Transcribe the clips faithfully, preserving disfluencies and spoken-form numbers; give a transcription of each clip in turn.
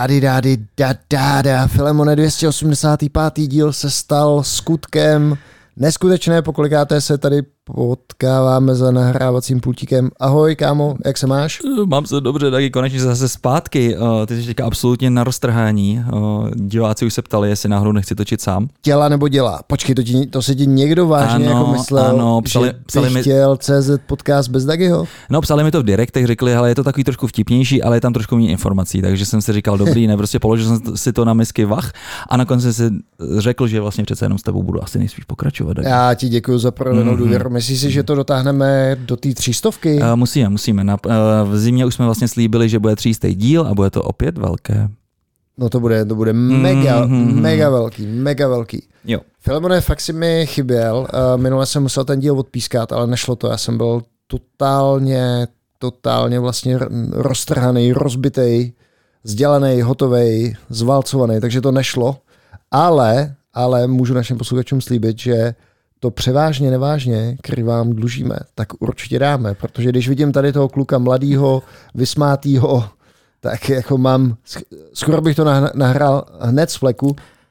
Lády dády da da da. Filemone, dvě stě osmdesátý pátý díl se stal skutkem neskutečné, pokolikáté se tady potkáváme za nahrávacím pultíkem. Ahoj, kámo, jak se máš? Mám se dobře, taky konečně zase zpátky. Ty jsi teďka absolutně na roztrhání. Diváci už se ptali, jestli náhodou nechci točit sám. Dělá nebo dělá? Počkej, to, ti, to se ti někdo vážně ano, jako myslel, ano, psali, že psali by mi... chtěl C Z podcast bez Dagiho? No, psali mi to v direktech, řekli, ale je to takový trošku vtipnější, ale je tam trošku méně informací, takže jsem si říkal, dobrý, ne, prostě položil jsem si to na misky vach a nakonec jsem si řekl, že vlastně přece jenom s tebou budu asi nejspíš pokračovat. Dagi. Já ti děkuji za provedenou mm-hmm. důvěru. Myslíš si, že to dotáhneme do té třístovky? Uh, musíme, musíme. Na, uh, v zimě už jsme vlastně slíbili, že bude třístý díl a bude to opět velké. No to bude, to bude mega, mm-hmm. mega velký, mega velký. Jo. Filemone, fakt si mi chyběl. Uh, minule jsem musel ten díl odpískat, ale nešlo to. Já jsem byl totálně, totálně vlastně roztrhaný, rozbitej, vzdělaný, hotovej, zvalcovaný, takže to nešlo. Ale, ale můžu našim posluchačům slíbit, že to převážně nevážně, který vám dlužíme, tak určitě dáme, protože když vidím tady toho kluka mladýho, vysmátýho, tak jako mám, skoro bych to nahrál hned z fleku.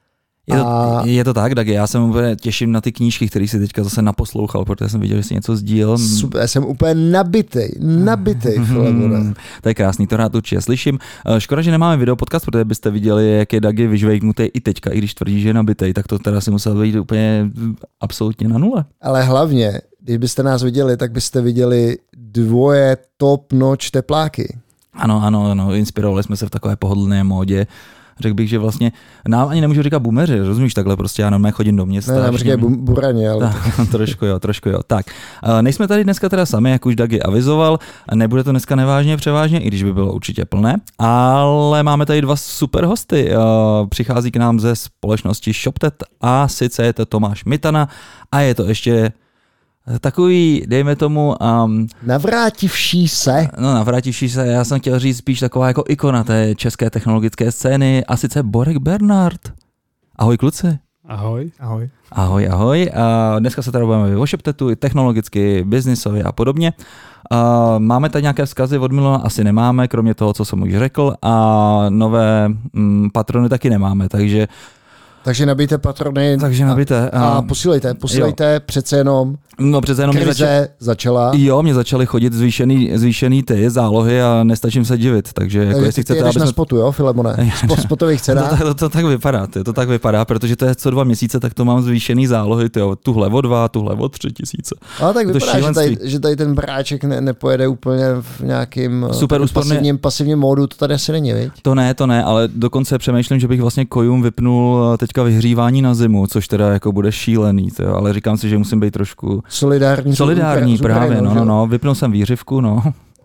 Je to, a... je to tak, Dagi, já jsem úplně těším na ty knížky, které si teďka zase naposlouchal, protože jsem viděl, že jsi něco sdíl. Super, já jsem úplně nabitej, nabitej, Filemone. To je krásný, to rád určitě slyším. Škoda, že nemáme video podcast, protože byste viděli, jak je Dagi vyžvejknutý i teďka, i když tvrdí, že je nabitej, tak to teda si musel být úplně absolutně na nule. Ale hlavně, když byste nás viděli, tak byste viděli dvoje top notch tepláky. Ano, ano, ano, inspirovali jsme se v takové pohodlné módě. Řekl bych, že vlastně, nám ani nemůžu říkat boomeři, rozumíš takhle, prostě já normálně chodím do města. Ne, nám říkají burani, ale... Tak, trošku jo, trošku jo. Tak, nejsme tady dneska teda sami, jak už Dagi avizoval, nebude to dneska nevážně převážně, i když by bylo určitě plné, ale máme tady dva super hosty. Přichází k nám ze společnosti ShopTet a sice je to Tomáš Mitana a je to ještě takový, dejme tomu... Um, navrátivší se. No, navrátivší se, já jsem chtěl říct spíš taková jako ikona té české technologické scény, a sice Borek Bernard. Ahoj kluci. Ahoj. Ahoj. Ahoj, ahoj. A dneska se tady budeme o ShopTetu, technologicky, biznisově a podobně. A máme tady nějaké vzkazy od Milona? Asi nemáme, kromě toho, co jsem už řekl, a nové mm, patrony taky nemáme, takže Takže nabijte patrony Takže nabijte. A, a posílejte, posílejte jo. přece jenom. No přece jenom krize začal... začala. Jo, mě začaly chodit zvýšený, zvýšený ty zálohy a nestačím se divit, takže jako takže jestli ty chcete, aby jsme... na spotu, jo, Filemone? Po spotových cenách. To, to, to, to, tak vypadá, to, to tak vypadá, protože to je co dva měsíce, tak to mám zvýšený zálohy, tyjo, tuhle o dva, tuhle o tři tisíce. Ale tak vypadá, že tady, že tady ten bráček ne, nepojede úplně v nějakým super pasivním, pasivním módu, to tady asi není, viď? To ne, to ne, ale dokonce přemýšlím, že bych vlastně kojům vypnul teďka vyhřívání na zimu, což teda jako bude šílený, tyjo, ale říkám si, že musím být trošku solidární. Solidární, právě, no, no, no, vypnul jsem výřivku, no.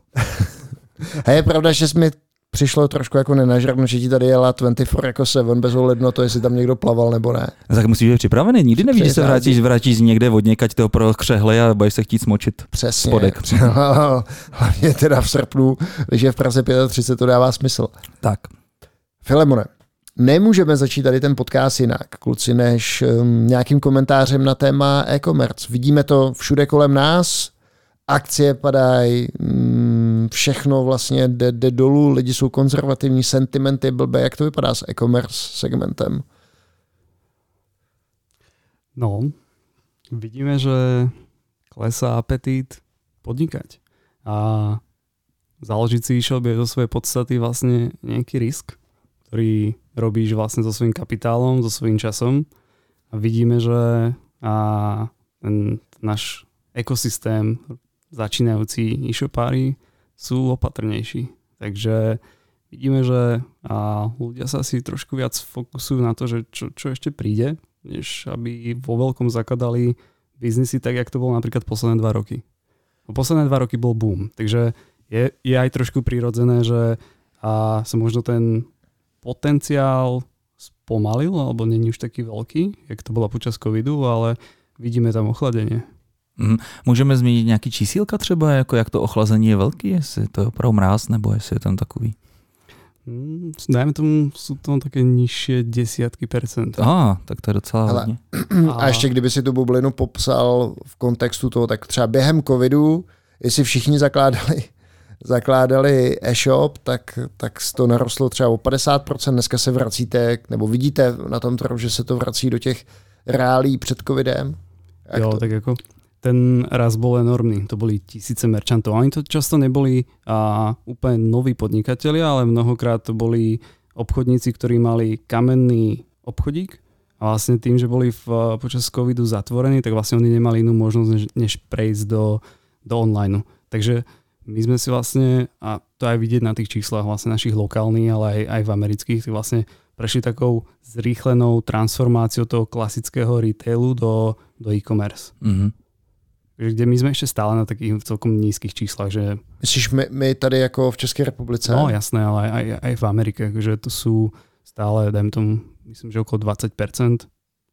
A je pravda, že jsi mi přišlo trošku jako nenažravno, že ti tady jela dvacet čtyři jako sedm bez ohledu na to, jestli tam někdo plaval nebo ne. Tak musíš být připravený, nikdy nevíš, že se vrátíš, vrátíš někde od někať toho pro křehle a budeš se chtít smočit. Přesně, spodek. Hlavně teda v srpnu, když je v Praze třicet pět, to dává smysl. Tak. Filemone, nemůžeme začít tady ten podcast jinak, kluci, než um, nějakým komentářem na téma e-commerce. Vidíme to všude kolem nás, akcie padají, um, všechno vlastně jde, jde dolů, lidi jsou konzervativní, sentimenty blbé. Jak to vypadá s e-commerce segmentem? No, vidíme, že klesá apetít podnikať. A založiť si e-shop je zo svojej podstaty vlastne nejaký risk, ktorý robíš vlastne so svojím kapitálom, so svojím časom. A vidíme, že a ten náš ekosystém začínajúci e-shopári sú opatrnejší. Takže vidíme, že a ľudia sa asi trošku viac fokusujú na to, že čo, čo ešte príde, než aby vo veľkom zakladali biznisy tak, jak to bolo napríklad posledné dva roky. No, posledné dva roky bol boom, takže je, je aj trošku prirodzené, že a sa možno ten potenciál spomalil, alebo není už taký veľký, jak to bylo počas covidu, ale vidíme tam ochladenie. Mm, můžeme zmínit nějaký čísílka třeba, jako jak to ochlazení je velký, jestli to je opravdu mráz, nebo jestli je tam takový? Mm, dajme tomu, jsou to také nižší desítky percent. Aha, tak to je docela Hele, hodně. A ještě kdyby si tu bublinu popsal v kontextu toho, tak třeba během covidu, jestli všichni zakládali zakládali e-shop, tak, tak to narostlo třeba o padesát procent, dneska se vracíte, nebo vidíte na tom trhu, že se to vrací do těch reálí před covidem. Jak jo, to? tak ako ten raz bol enormný, to boli tisíce merchantov. Oni to často neboli a, úplne noví podnikatelia, ale mnohokrát to boli obchodníci, ktorí mali kamenný obchodík a vlastne tým, že boli v, počas covidu zatvorení, tak vlastne oni nemali inú možnosť, než, než prejsť do, do online. Takže my sme si vlastne, a to aj vidieť na tých číslach vlastne našich lokálnych, ale aj, aj v amerických, tak vlastne prešli takou zrýchlenou transformáciou toho klasického retailu do, do e-commerce. Mm-hmm. Kde my sme ešte stále na takých celkom nízkych číslach. Že... Myslíš my, my tady ako v Českej republice? No jasné, ale aj, aj v Amerike, že to sú stále, dajme tomu, myslím, že okolo dvadsať percent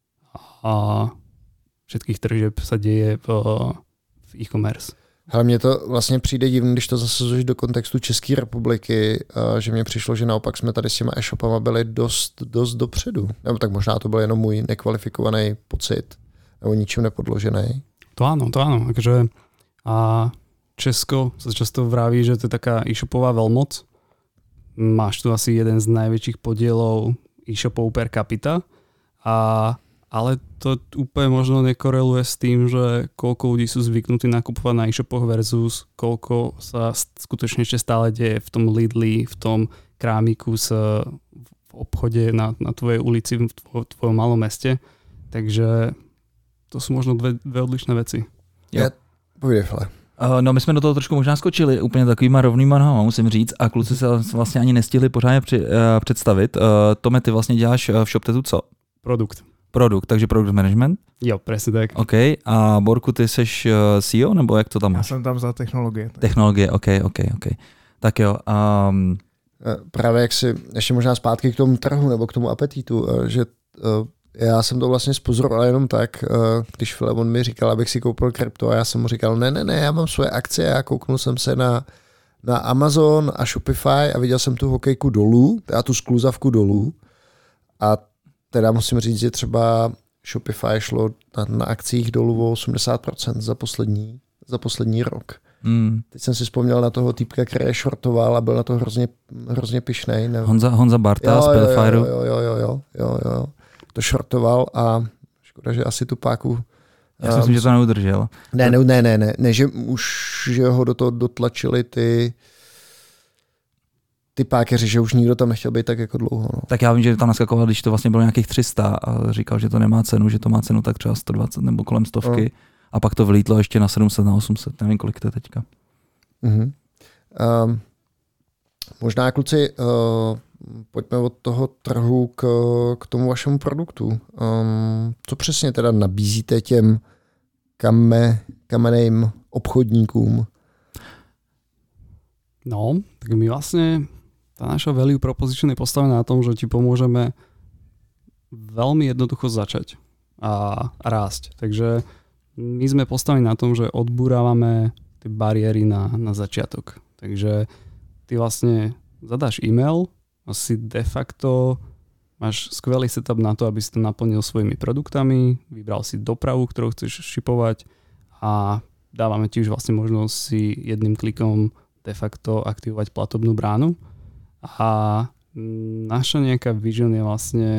a všetkých tržieb sa deje v, v e-commerce. Ale mně to vlastně přijde divný, když to zasazuješ do kontextu České republiky, že mně přišlo, že naopak jsme tady s těma e-shopama byli dost, dost dopředu. Nebo tak možná to byl jenom můj nekvalifikovaný pocit, nebo ničím nepodložený. To áno, to áno. Takže a Česko sa často vraví, že to je taká e-shopová veľmoc. Máš tu asi jeden z najväčších podielov e-shopov per capita, a, ale to úplne možno nekoreluje s tým, že koľko ľudí sú zvyknutí nakupovať na e-shopoch versus koľko sa skutočne ešte stále deje v tom Lidli, v tom krámiku s, v obchode na, na tvojej ulici, v tvoj, tvojom malom meste. Takže to sú možno dve, dve odlišné veci. Ja, povídej, File. Uh, no my jsme do toho trošku možná skočili úplně takovýma rovnýma nohama, musím říct, a kluci se vlastně ani nestihli pořádně při, uh, představit. Uh, Tome, ty vlastně děláš v ShopTetu co? Produkt. Produkt, takže product management? Jo, presne tak. OK, a Borku, ty seš C E O, nebo jak to tam máš? Já jsem tam za technologie. Tak. Technologie, OK, OK, OK. Tak jo. Um... Právě jak si, ještě možná zpátky k tomu trhu nebo k tomu apetitu, že uh, já jsem to vlastně spozoroval jenom tak, když Filemon mi říkal, abych si koupil krypto a já jsem mu říkal, ne, ne, ne, já mám svoje akcie a kouknul jsem se na, na Amazon a Shopify a viděl jsem tu hokejku dolů, teda tu skluzavku dolů a teda musím říct, že třeba Shopify šlo na, na akcích dolů o osmdesát procent za poslední, za poslední rok. Mm. Teď jsem si vzpomněl na toho týpka, který je shortoval a byl na to hrozně, hrozně pyšnej. Honza, Honza Barta z Pelfire. Jo, jo, jo, jo, jo, jo. To shortoval a škoda, že asi tu páku... Já si myslím, že to neudržel. Ne, ne, ne, ne, ne, ne že už že ho do toho dotlačili ty ty pákeři, že už nikdo tam nechtěl být tak jako dlouho. No. Tak já vím, že tam naskakoval, když to vlastně bylo nějakých tři sta a říkal, že to nemá cenu, že to má cenu tak třeba sto dvacet nebo kolem stovky no. A pak to vylítlo ještě na sedm set, na osm set, nevím, kolik to je teďka. Uh-huh. Um, možná, kluci, uh, pojďme od toho trhu k, k tomu vašemu produktu. Um, co přesně teda nabízíte těm kame, kamenným obchodníkům? No, tak my vlastne, tá naša value proposition je postavená na tom, že ti pomôžeme veľmi jednoducho začať a rásť. Takže my sme postavení na tom, že odburávame tie bariéry na, na začiatok. Takže ty vlastne zadáš e-mail, asi de facto máš skvelý setup na to, aby si to naplnil svojimi produktami, vybral si dopravu, ktorú chceš šipovať a dávame ti už vlastne možnosť si jedným klikom de facto aktivovať platobnú bránu. A naša nejaká vision je vlastne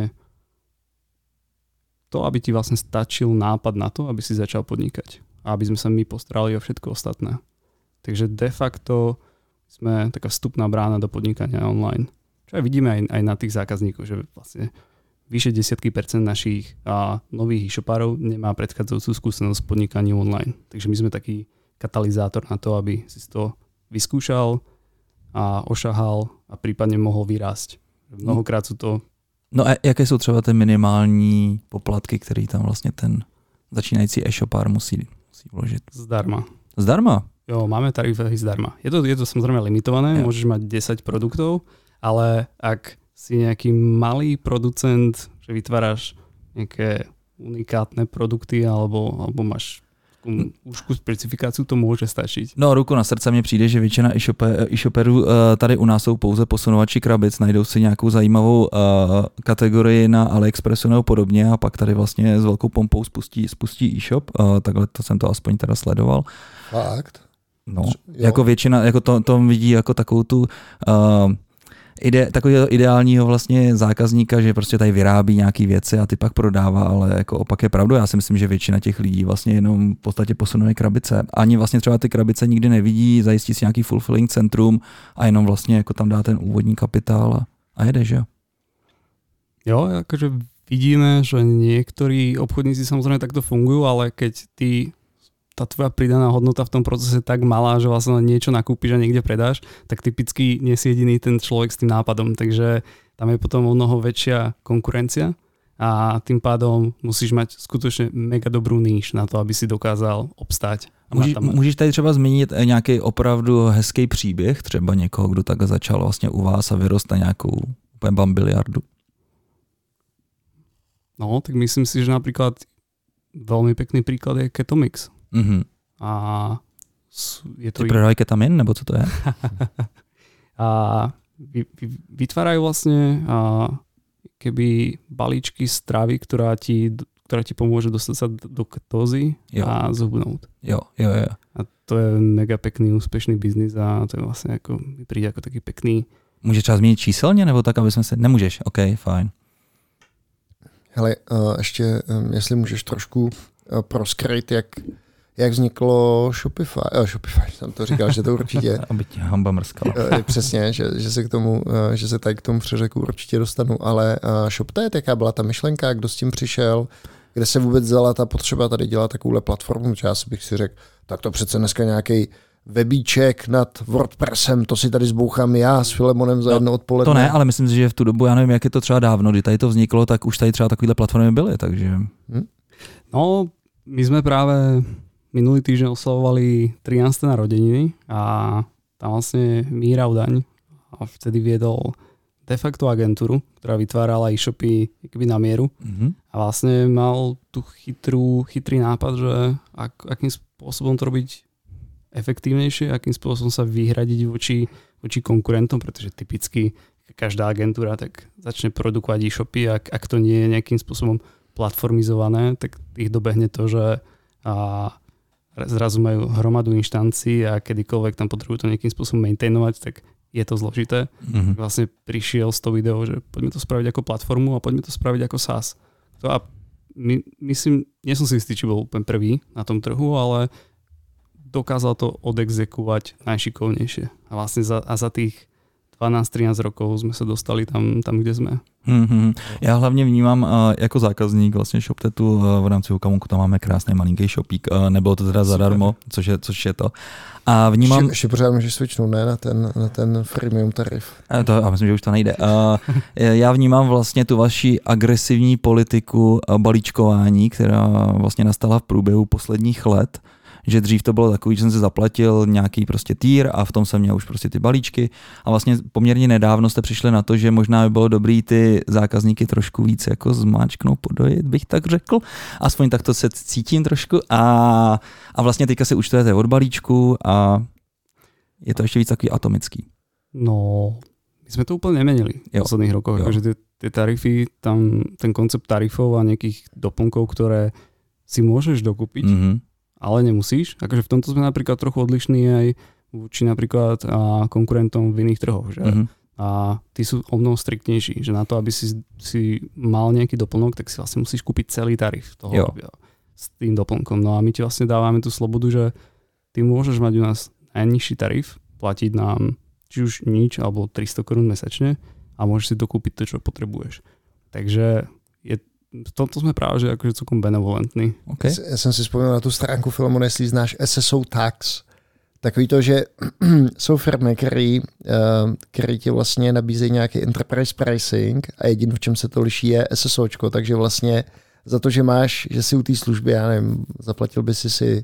to, aby ti vlastne stačil nápad na to, aby si začal podnikať. A aby sme sa my postarali o všetko ostatné. Takže de facto sme taká vstupná brána do podnikania online. Čo aj vidíme aj, aj na tých zákazníkov, že vlastne vyše desiatky percent našich a nových e-shopárov nemá predchádzajúcu skúsenosť s podnikaním online. Takže my sme taký katalizátor na to, aby si to vyskúšal a ošahal a prípadne mohol vyrásť. Mnohokrát sú to... No a jaké jsou třeba ty minimální poplatky, který tam vlastně ten začínající e-shopár musí, musí vložit? Zdarma. Zdarma? Jo, máme tarify zdarma. Je to, je to samozrejme limitované, jo. Môžeš mať desať produktov, ale ak si nejaký malý producent, že vytváraš nejaké unikátne produkty alebo, alebo máš úžku specifikáciu, to môže stačiť. No ruku na srdce mně přijde, že většina e-shoperů tady u nás jsou pouze posunovači krabic, najdou si nějakou zajímavou uh, kategorii na AliExpressu nebo podobně a pak tady vlastně s velkou pompou spustí, spustí e-shop. Uh, takhle to jsem to aspoň teda sledoval. Fakt? No, jo. Jako většina, jako to, to vidí jako takovou tu uh, ide, takového ideálního vlastně zákazníka, že prostě tady vyrábí nějaký věci a ty pak prodává, ale jako opak je pravdou. Já si myslím, že většina těch lidí vlastně jenom v podstatě posunuje krabice. Ani vlastně třeba ty krabice nikdy nevidí, zajistí si nějaký fulfilling centrum a jenom vlastně jako tam dá ten úvodní kapitál a, a jede, že jo? Jo, akože vidíme, že niektorí obchodníci samozrejme takto fungujú, ale keď ty tá tvoja pridaná hodnota v tom procese je tak malá, že vlastne niečo nakúpiš a niekde predáš, tak typicky nie si jediný ten človek s tým nápadom. Takže tam je potom o mnoho väčšia konkurencia a tým pádom musíš mať skutočne mega dobrú níž na to, aby si dokázal obstať. Můžeš, můžeš tady třeba zmínit nějaký opravdu hezký příběh, třeba někoho, kdo tak začal vlastně u vás a vyrost na nějakou úplně bambiliardu? No, tak myslím si, že napríklad veľmi pekný príklad je Ketomix. Mm-hmm. A je to... Ty prodávají ketamin, nebo co to je? A vy, vy, vytvárajú vlastne a keby balíčky stravy, ktorá ti, ktorá ti pomôže dostať sa do ketózy a zhubnúť. Jo, jo, jo. A to je mega pekný, úspešný biznis a to je vlastne ako, mi príde ako taký pekný. Můžeš třeba zmínit číselně, nebo tak, aby jsme se... Nemůžeš, OK, fajn. Hele, uh, ještě, um, jestli můžeš trošku uh, proskryt, jak, jak vzniklo Shopify. Uh, Shopify, jsem to říkal, že to určitě... Aby tě hamba mrskala. Uh, přesně, že, že, se k tomu, uh, že se tady k tomu přeřeku určitě dostanu, ale uh, ShopTet, jaká byla ta myšlenka, kdo s tím přišel, kde se vůbec vzala ta potřeba tady dělat takovouhle platformu, že já si bych si řekl, tak to přece dneska nějaký webíček nad WordPressem, to si tady zbouchám já s Filemonem za no, jedno odpoledne. To ne, ale myslím si, že v tu dobu, já nevím, jak je to třeba dávno, kdy tady to vzniklo, tak už tady třeba takovýhle platformy byly, takže... Hm? No, my sme práve minulý týždeň oslavovali trináste narodeniny a tam vlastne Míra Udaň a vtedy viedol de facto agentúru, ktorá vytvárala e-shopy na mieru mm-hmm. a vlastne mal tú chytrú, chytrý nápad, že ak, akým spôsobom to robiť efektívnejšie, akým spôsobom sa vyhradiť voči, voči konkurentom, pretože typicky každá agentúra tak začne produkovať e-shopy, ak, ak to nie je nejakým spôsobom platformizované, tak ich dobehne to, že a zrazu majú hromadu inštancií a kedykoľvek tam potrebujú to nejakým spôsobom maintainovať, tak je to zložité. Mm-hmm. Vlastne prišiel s tou videou, že poďme to spraviť ako platformu a poďme to spraviť ako SaaS. To a my, myslím, nie som si istý, či bol úplne prvý na tom trhu, ale dokázal to odexekovať najšikovnejšie. A vlastne za, a za tých dvanásť trinásť rokov sme sa dostali tam, tam kde sme. Mm-hmm. Já hlavně vnímám uh, jako zákazník vlastně ShopTetu uh, v rámci Hukamunku, tam máme krásný malinký shopík, uh, nebylo to teda zadarmo, což je, což je to. A vnímám... Ještě, ještě pořád můžeš switchnout, ne, na ten, na ten freemium tarif. A to, a myslím, že už to nejde. Uh, já vnímám vlastně tu vaši agresivní politiku uh, balíčkování, která vlastně nastala v průběhu posledních let, že dřív to bylo takový, že jsem si zaplatil nějaký prostě týr a v tom jsem měl už prostě ty balíčky a vlastně poměrně nedávno jste přišli na to, že možná by bylo dobrý ty zákazníky trošku víc jako zmáčknout, podojit, bych tak řekl. Aspoň tak to se cítím trošku a, a vlastně teďka si účtujete od balíčku a je to ještě víc takový atomický. No, my jsme to úplně nemenili v posledných rokoch, jakože ty, ty tarify, tam ten koncept tarifov a nějakých doplnkov, které si můžeš dokúpiť, mm-hmm. ale nemusíš. Akože v tomto sme napríklad trochu odlišní aj voči napríklad a konkurentom v iných trhoch. Že? Mm-hmm. A tí sú o mnoho striktnejší, že na to, aby si, si mal nejaký doplnok, tak si vlastne musíš kúpiť celý tarif toho jo. S tým doplnkom. No a my ti vlastne dávame tú slobodu, že ty môžeš mať u nás najnižší tarif, platiť nám či už nič, alebo tristo korún mesačne a môžeš si dokúpiť to, čo potrebuješ. Takže je v tomto jsme právě že jakože celkom benevolentní. Okay. Já jsem si vzpomněl na tu stránku Filemon, jestli znáš S S O Tax. Takový to, že jsou firmy, který, který ti vlastně nabízejí nějaký enterprise pricing a jediné, v čem se to liší, je SSOčko. Takže vlastně za to, že máš, že si u té služby, já nevím, zaplatil by si si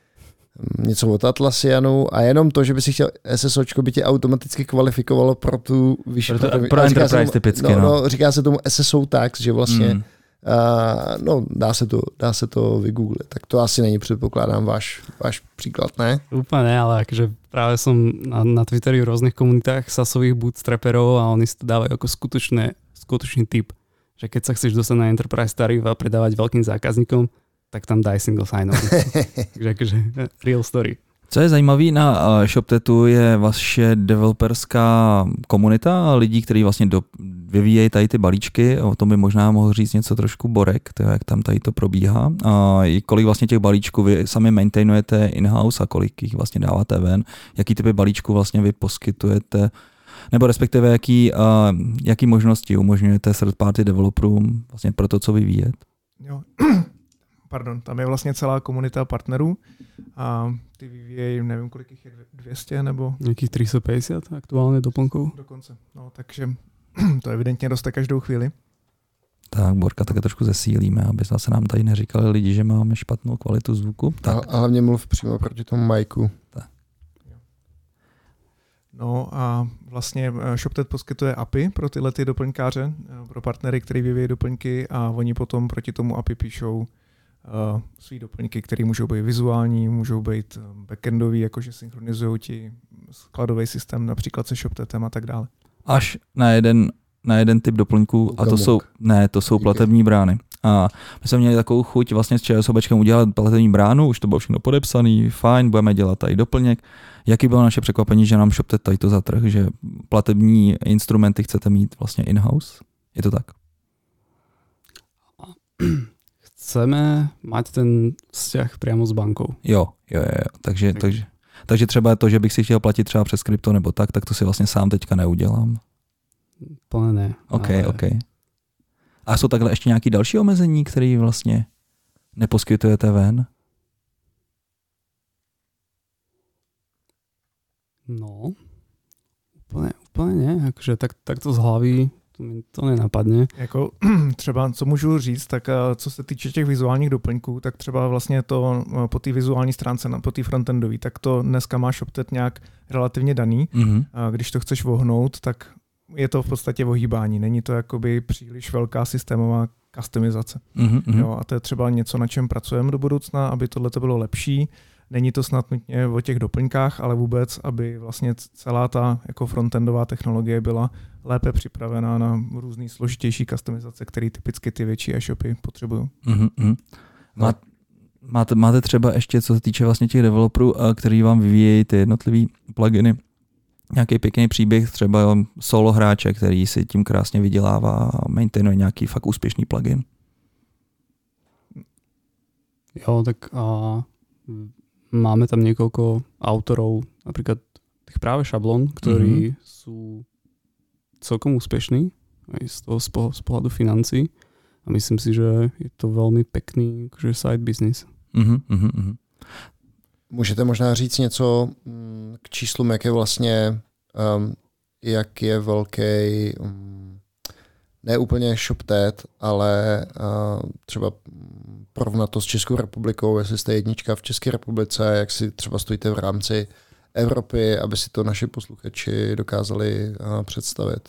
něco od Atlassianu a jenom to, že by si chtěl SSOčko, by tě automaticky kvalifikovalo pro tu vyšší... Pro, pro, pro enterprise tomu, typicky, no, no. no. Říká se tomu S S O Tax, že vlastně mm. Uh, no, dá se to, dá se to vygooglit. Tak to asi není, předpokládám, váš, váš příklad, ne? Úplne ne, ale akože práve som na, na Twitteri v rôznych komunitách sasových bootstraperov a oni si to dávajú ako skutočné, skutočný tip, že keď sa chceš dostať na enterprise tarif a predávať veľkým zákazníkom, tak tam daj single sign-on. Takže akože real story. Co je zajímavé na ShopTetu je vaše developerská komunita lidí, kteří vlastně do, vyvíjejí tady ty balíčky. O tom by možná mohl říct něco trošku Borek, to jak tam tady to probíhá. A kolik vlastně těch balíčků vy sami maintainujete in-house a kolik jich vlastně dáváte ven. Jaký typy balíčků vlastně vy poskytujete, nebo respektive jaký, a, jaký možnosti umožňujete third party developerům vlastně pro to, co vyvíjet? Jo. Pardon, tam je vlastně celá komunita partnerů a ty vyvíjejí, nevím, kolik jich je, dvě stě nebo... Nějakých tři sto padesát aktuálně doplnků. Dokonce, no takže to evidentně roste každou chvíli. Tak, Borka také trošku zesílíme, aby zase nám tady neříkali lidi, že máme špatnou kvalitu zvuku. Tak. A hlavně mluv přímo proti tomu majku. Tak. No a vlastně ShopTet poskytuje A P I pro tyhle ty doplňkáře, pro partnery, kteří vyvíjí doplňky a oni potom proti tomu A P I píšou Uh, svý doplňky, které můžou být vizuální, můžou být backendový, jakože synchronizují ti skladový systém, například se ShopTetem a tak dále. Až na jeden, na jeden typ doplňků a to jsou, ne, to jsou platební brány. A my jsme měli takovou chuť vlastně s ČSOBčkem udělat platební bránu, už to bylo všechno podepsaný, fajn, budeme dělat tady doplněk. Jaký bylo naše překvapení, že nám ShopTet tady to zatrh, že platební instrumenty chcete mít vlastně in-house? Je to tak? Chceme mať ten vzťah priamo s bankou. Jo, jo, jo. Takže, takže, takže třeba to, že bych si chtěl platit třeba přes krypto nebo tak, tak to si vlastně sám teďka neudělám. Plně ne. OK, ale... OK. A jsou takhle ještě nějaké další omezení, které vlastně neposkytujete ven? No, úplně, úplně ne. Akože tak, tak to z hlavy to mi to nenapadne. Jako třeba, co můžu říct, tak co se týče těch vizuálních doplňků, tak třeba vlastně to po té vizuální stránce, po té frontendové, tak to dneska má ShopTet nějak relativně daný. Mm-hmm. A když to chceš vohnout, tak je to v podstatě ohýbání. Není to jakoby příliš velká systémová customizace. Mm-hmm. Jo, a to je třeba něco, na čem pracujeme do budoucna, aby tohle to bylo lepší. Není to snad nutně o těch doplňkách, ale vůbec, aby vlastně celá ta jako frontendová technologie byla lépe připravená na různý složitější customizace, které typicky ty větší e-shopy potřebují. Mm-hmm. Má, máte, máte třeba ještě, co se týče vlastně těch developerů, který vám vyvíjejí ty jednotlivý pluginy, nějaký pěkný příběh, třeba solo hráče, který si tím krásně vydělává a maintainuje nějaký fakt úspěšný plugin? Jo, tak a máme tam niekoľko autorov, napríklad tých práve šablón, ktorí mm-hmm. sú celkom úspešní aj z toho z pohľadu financí a myslím si, že je to veľmi pekný akože side business. Mm-hmm. Můžete možná říct něco k číslům, jak je vlastně, um, jak je velký, um, ne úplně ShopTet, ale uh, třeba porovnat to s Českou republikou, jestli jste jednička v České republice, jak si třeba stojíte v rámci Evropy, aby si to naši posluchači dokázali uh, představit.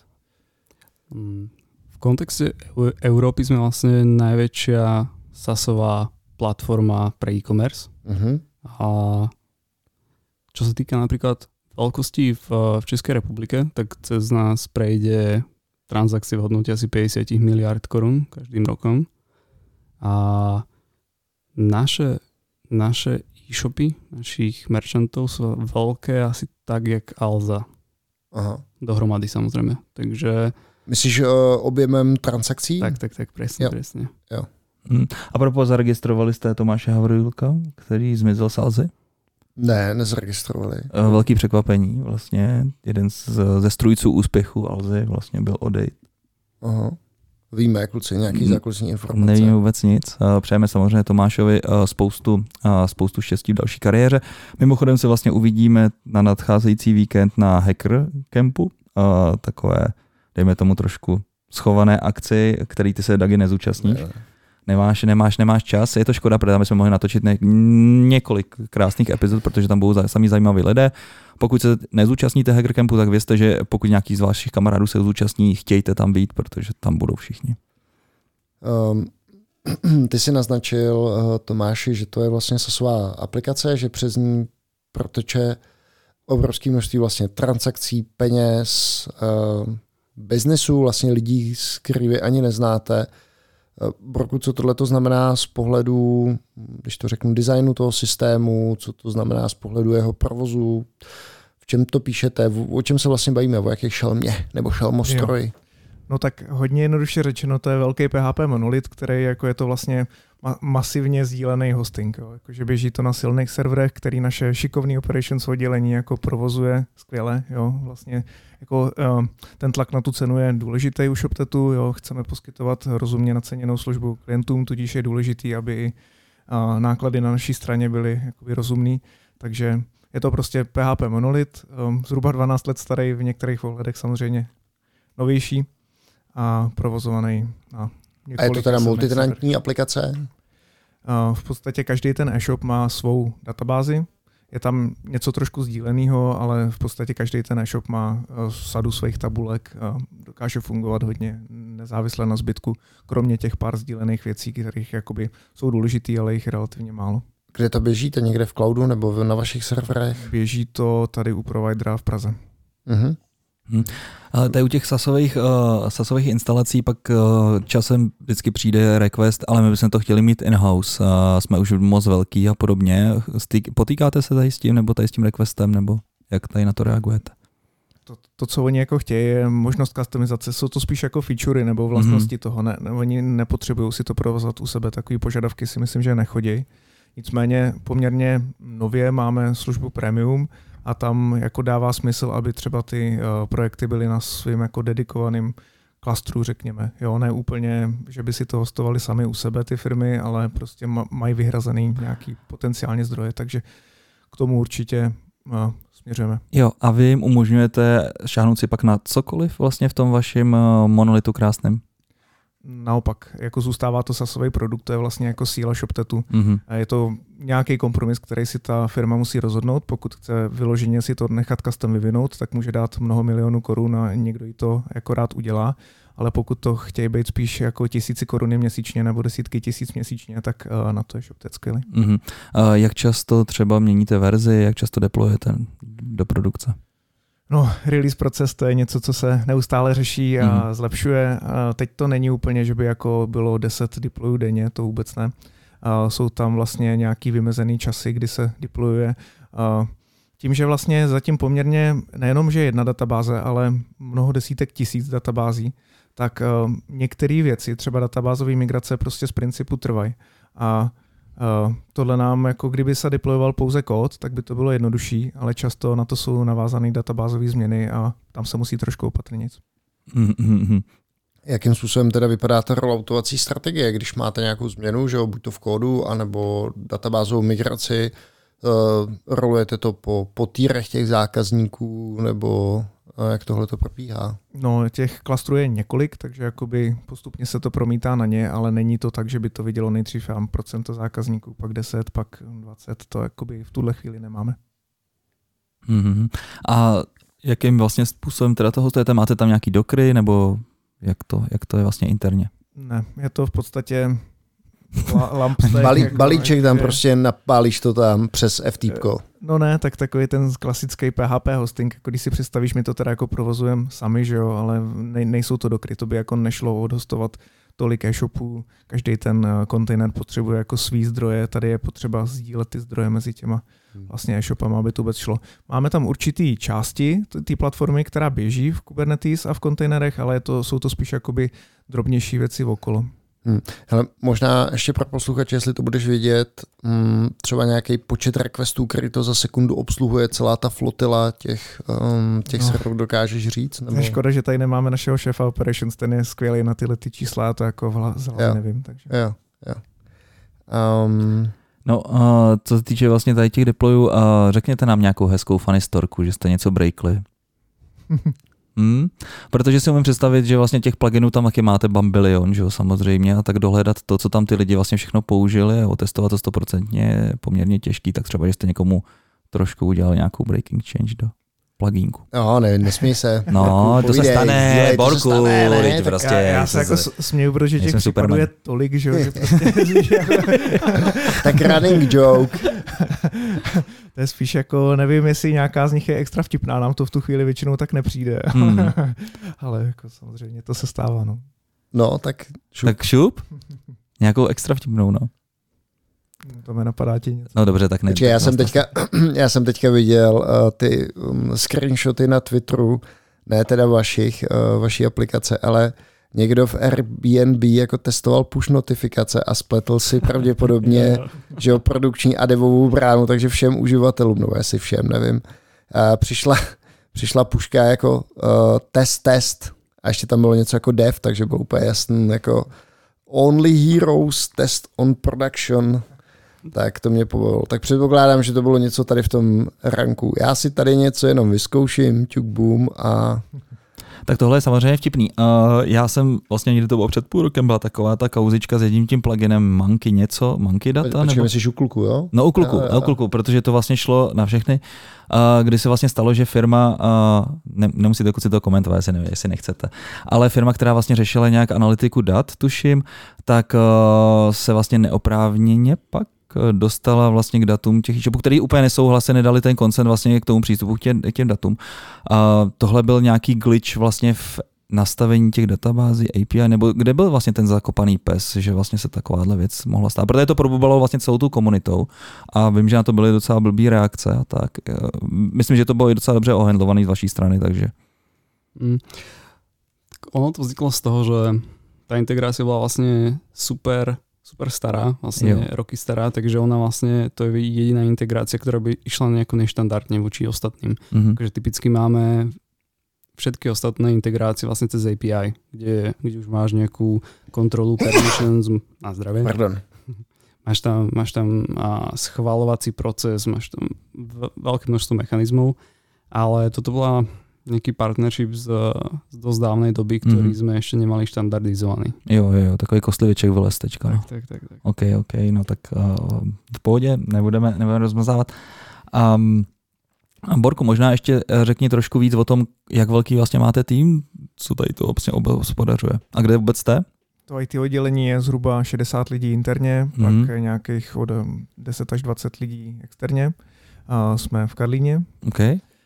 V kontexte Európy sme vlastne najväčšia SaaSová platforma pre e-commerce. Uh-huh. A čo sa týka napríklad veľkosti v, v Českej republike, tak cez nás prejde transakcie v hodnote asi päťdesiat miliárd korún každým rokom. A naše, naše e-shopy, našich merchantov sú veľké asi tak, jak Alza. Aha. Dohromady samozrejme. Takže... Myslíš uh, objemem transakcí? Tak, tak, tak, presne, jo. presne. Jo. Hmm. A propos, zaregistrovali jste Tomáše Havrylka, který zmizel z Alzy? Ne, nezaregistrovali. Velký překvapení. Vlastně jeden z, ze strůjců úspěchu Alzy vlastně byl odejít. Aha. Víme, kluci, nějaký zákulisní informace. Nevíme vůbec nic. Přejeme samozřejmě Tomášovi spoustu, spoustu štěstí v další kariéře. Mimochodem se vlastně uvidíme na nadcházející víkend na Hacker Campu. Takové, dejme tomu trošku schované akci, který ty se, Dagi, nezúčastníš. Ne. Nemáš, nemáš, nemáš čas. Je to škoda, protože tam jsme mohli natočit ne- několik krásných epizod, protože tam budou sami zajímaví lidé. Pokud se nezúčastníte Hacker Campu, tak vězte, že pokud nějaký z vašich kamarádů se zúčastní, chtějte tam být, protože tam budou všichni. Um, ty jsi naznačil, uh, Tomáši, že to je vlastně SaaSová aplikace, že přes ní proteče obrovské množství vlastně transakcí, peněz, uh, biznesu, vlastně lidí, z kterých vy ani neznáte. Borku, co tohle to znamená z pohledu, když to řeknu, designu toho systému, co to znamená z pohledu jeho provozu, v čem to píšete, o čem se vlastně bavíme, o jakých šelmě nebo šelmostroji? No tak hodně jednoduše řečeno, to je velký P H P monolit, který jako je to vlastně ma- masivně sdílený hosting. Jo. Jakože běží to na silných serverech, který naše šikovný operations oddělení jako provozuje skvěle. Jo. Vlastně jako, uh, ten tlak na tu cenu je důležitý u ShopTetu. Jo. Chceme poskytovat rozumně naceněnou službu klientům, tudíž je důležitý, aby uh, náklady na naší straně byly jakoby rozumný. Takže je to prostě P H P monolit, um, zhruba dvanáct let starý, v některých ohledech samozřejmě novější a provozovaný na několik. A je to teda multitenantní aplikace? Uh, v podstatě každý ten e-shop má svou databázi. Je tam něco trošku sdíleného, ale v podstatě každý ten e-shop má uh, sadu svých tabulek a dokáže fungovat hodně nezávisle na zbytku, kromě těch pár sdílených věcí, kterých jakoby jsou důležitý, ale jich je relativně málo. Kde to běžíte? Někde v cloudu nebo na vašich serverech? Běží to tady u providera v Praze. Uh-huh. Hmm. Ale tady u těch SaaSových, uh, SaaSových instalací pak uh, časem vždycky přijde request, ale my bychom to chtěli mít in-house, uh, jsme už moc velký a podobně. Stýk, potýkáte se tady s tím, nebo tady s tím requestem, nebo jak tady na to reagujete? To, to, co oni jako chtějí, je možnost customizace. Jsou to spíš jako featurey nebo vlastnosti mm-hmm. toho. Ne, oni nepotřebují si to provozovat u sebe. Takový požadavky si myslím, že nechodí. Nicméně poměrně nově máme službu premium a tam jako dává smysl, aby třeba ty uh, projekty byly na svým jako dedikovaným klastru, řekněme. Jo, ne úplně, že by si to hostovali sami u sebe ty firmy, ale prostě ma, mají vyhrazený nějaký potenciální zdroje, takže k tomu určitě uh, směřujeme. Jo, a vy jim umožňujete šáhnout si pak na cokoliv vlastně v tom vašem uh, monolitu krásném? Naopak, jako zůstává to SaaSový produkt, to je vlastně jako síla ShopTetu. Mm-hmm. Je to nějaký kompromis, který si ta firma musí rozhodnout. Pokud chce vyloženě si to nechat custom vyvinout, tak může dát mnoho milionů korun a někdo jí to jako rád udělá. Ale pokud to chtějí být spíš jako tisíci koruny měsíčně nebo desítky tisíc měsíčně, tak na to je ShopTet skvělý. Mm-hmm. A jak často třeba měníte verzi, jak často deployujete do produkce? No, release proces to je něco, co se neustále řeší a mm. zlepšuje. A teď to není úplně, že by jako bylo deset deployů denně, to vůbec ne. A jsou tam vlastně nějaký vymezený časy, kdy se deployuje. A tím, že vlastně zatím poměrně nejenom, že jedna databáze, ale mnoho desítek tisíc databází, tak některé věci, třeba databázové migrace, prostě z principu trvají. A Uh, tohle nám, jako kdyby se deployoval pouze kód, tak by to bylo jednodušší, ale často na to jsou navázané databázové změny a tam se musí trošku opatrnit. Mm-hmm. Jakým způsobem teda vypadá ta rolloutovací strategie, když máte nějakou změnu, že jo, buď to v kódu, anebo databázovou migraci, uh, rolujete to po, po týrech těch zákazníků, nebo uh, jak tohle to probíhá? No, těch klastrů je několik, takže jakoby postupně se to promítá na ně, ale není to tak, že by to vidělo nejdřív procento zákazníků, pak deset, pak dvacet, to jakoby v tuhle chvíli nemáme. Mm-hmm. A jakým vlastně způsobem teda to hostujete? Máte tam nějaký dokry, nebo jak to, jak to je vlastně interně? Ne, je to v podstatě lampstack. Balí, jako, balíček tam je, prostě napálíš to tam přes F T P. No ne, tak takový ten klasický P H P hosting, jako když si představíš, my to teda jako provozujeme sami, že jo, ale nej, nejsou to dokry, to by jako nešlo odhostovat tolik e-shopů, každý ten kontejner potřebuje jako svý zdroje, tady je potřeba sdílet ty zdroje mezi těma vlastně e-shopama, aby to vůbec šlo. Máme tam určitý části té platformy, která běží v Kubernetes a v kontejnerech, ale je to, jsou to spíš jakoby drobnější věci okolo. Hmm. Hele, možná ještě pro posluchače, jestli to budeš vidět, hmm, třeba nějaký počet requestů, který to za sekundu obsluhuje celá ta flotila těch, um, těch no. serverů, dokážeš říct? Nebo... Je škoda, že tady nemáme našeho šéfa operations, ten je skvělý na tyhle ty čísla, já to jako v hlavě nevím. Takže. Jo, jo. Um... No, uh, co se týče vlastně tady těch deployů, uh, řekněte nám nějakou hezkou funny storku, že jste něco breakli. Hmm, protože si umím představit, že vlastně těch pluginů tam taky máte bambilion, že jo, samozřejmě, a tak dohledat to, co tam ty lidi vlastně všechno použili a otestovat to stoprocentně je poměrně těžký, tak třeba, že jste někomu trošku udělal nějakou breaking change do plugínku. No, ne, nesmí se. No, to se stane, Borku, teď prostě. Já, já se jako směju, protože těch případů je tolik, že jo, že prostě... Tak running joke. To je spíš jako, nevím, jestli nějaká z nich je extra vtipná, nám to v tu chvíli většinou tak nepřijde. Hmm. Ale jako samozřejmě to se stává, no. No, tak šup. Tak šup? Nějakou extra vtipnou, no. To mě napadá ti něco. No dobře, tak ne. Já jsem teďka, já jsem teďka viděl uh, ty um, screenshoty na Twitteru, ne teda vašich, uh, vaší aplikace, ale někdo v Airbnb jako testoval push notifikace a spletl si pravděpodobně že jo, produkční a devovou bránu, takže všem uživatelům, no asi všem, nevím, uh, přišla, přišla puška jako uh, test, test a ještě tam bylo něco jako dev, takže bylo úplně jasný, jako only heroes test on production. Tak to mě pobavilo. Tak předpokládám, že to bylo něco tady v tom ranku. Já si tady něco jenom vyzkouším, ťuk boom a... Tak tohle je samozřejmě vtipný. Uh, já jsem vlastně někdy to bylo před půl rokem, byla taková ta kauzička s jedním tím pluginem Monkey něco, Monkey Data? Počkej, nebo... myslíš u kluku, jo? No u kluku, a, a, a. u kluku, protože to vlastně šlo na všechny, uh, kdy se vlastně stalo, že firma, uh, ne, nemusíte si to komentovat, jestli, ne, jestli nechcete, ale firma, která vlastně řešila nějak analytiku dat, tuším, tak uh, se vlastně neoprávněně pak dostala vlastně k datům těch e-shopů, který úplně nesouhlasili, nedali ten consent vlastně k tomu přístupu k těm, k těm datům. A tohle byl nějaký glitch vlastně v nastavení těch databází A P I, nebo kde byl vlastně ten zakopaný pes, že vlastně se takováhle věc mohla stát. Protože to probubalo vlastně celou tu komunitou a vím, že na to byly docela blbý reakce a tak. Myslím, že to bylo i docela dobře ohandlovaný z vaší strany, takže. Mm. Ono to vzniklo z toho, že tá integrácia bola vlastne super super stará, vlastne jo. roky stará, takže ona vlastne, to je jediná integrácia, ktorá by išla nejako neštandardne voči ostatným. Mm-hmm. Takže typicky máme všetky ostatné integrácie vlastne cez A P I, kde, kde už máš nejakú kontrolu permissions na zdravie. Pardon. Máš tam, máš tam a schvaľovací proces, máš tam veľké množstvo mechanizmov, ale toto bola nejaký partnership z, z dosť dávnej doby, ktorý mm. sme ešte nemali štandardizovaný. Jo, jo, jo, takový kostlivěček vylez teďka. Tak, tak, tak, tak. OK, OK, no tak uh, v pohodě, nebudeme, nebudeme rozmazávat. Um, Borku, možná ještě řekni trošku víc o tom, jak velký vlastně máte tým, co tady to vlastně obhospodařuje. A kde vůbec jste? To I T oddělení je zhruba šedesát lidí interně, mm. pak nějakých od deset až dvacet lidí externě. Uh, jsme v Karlíně. OK.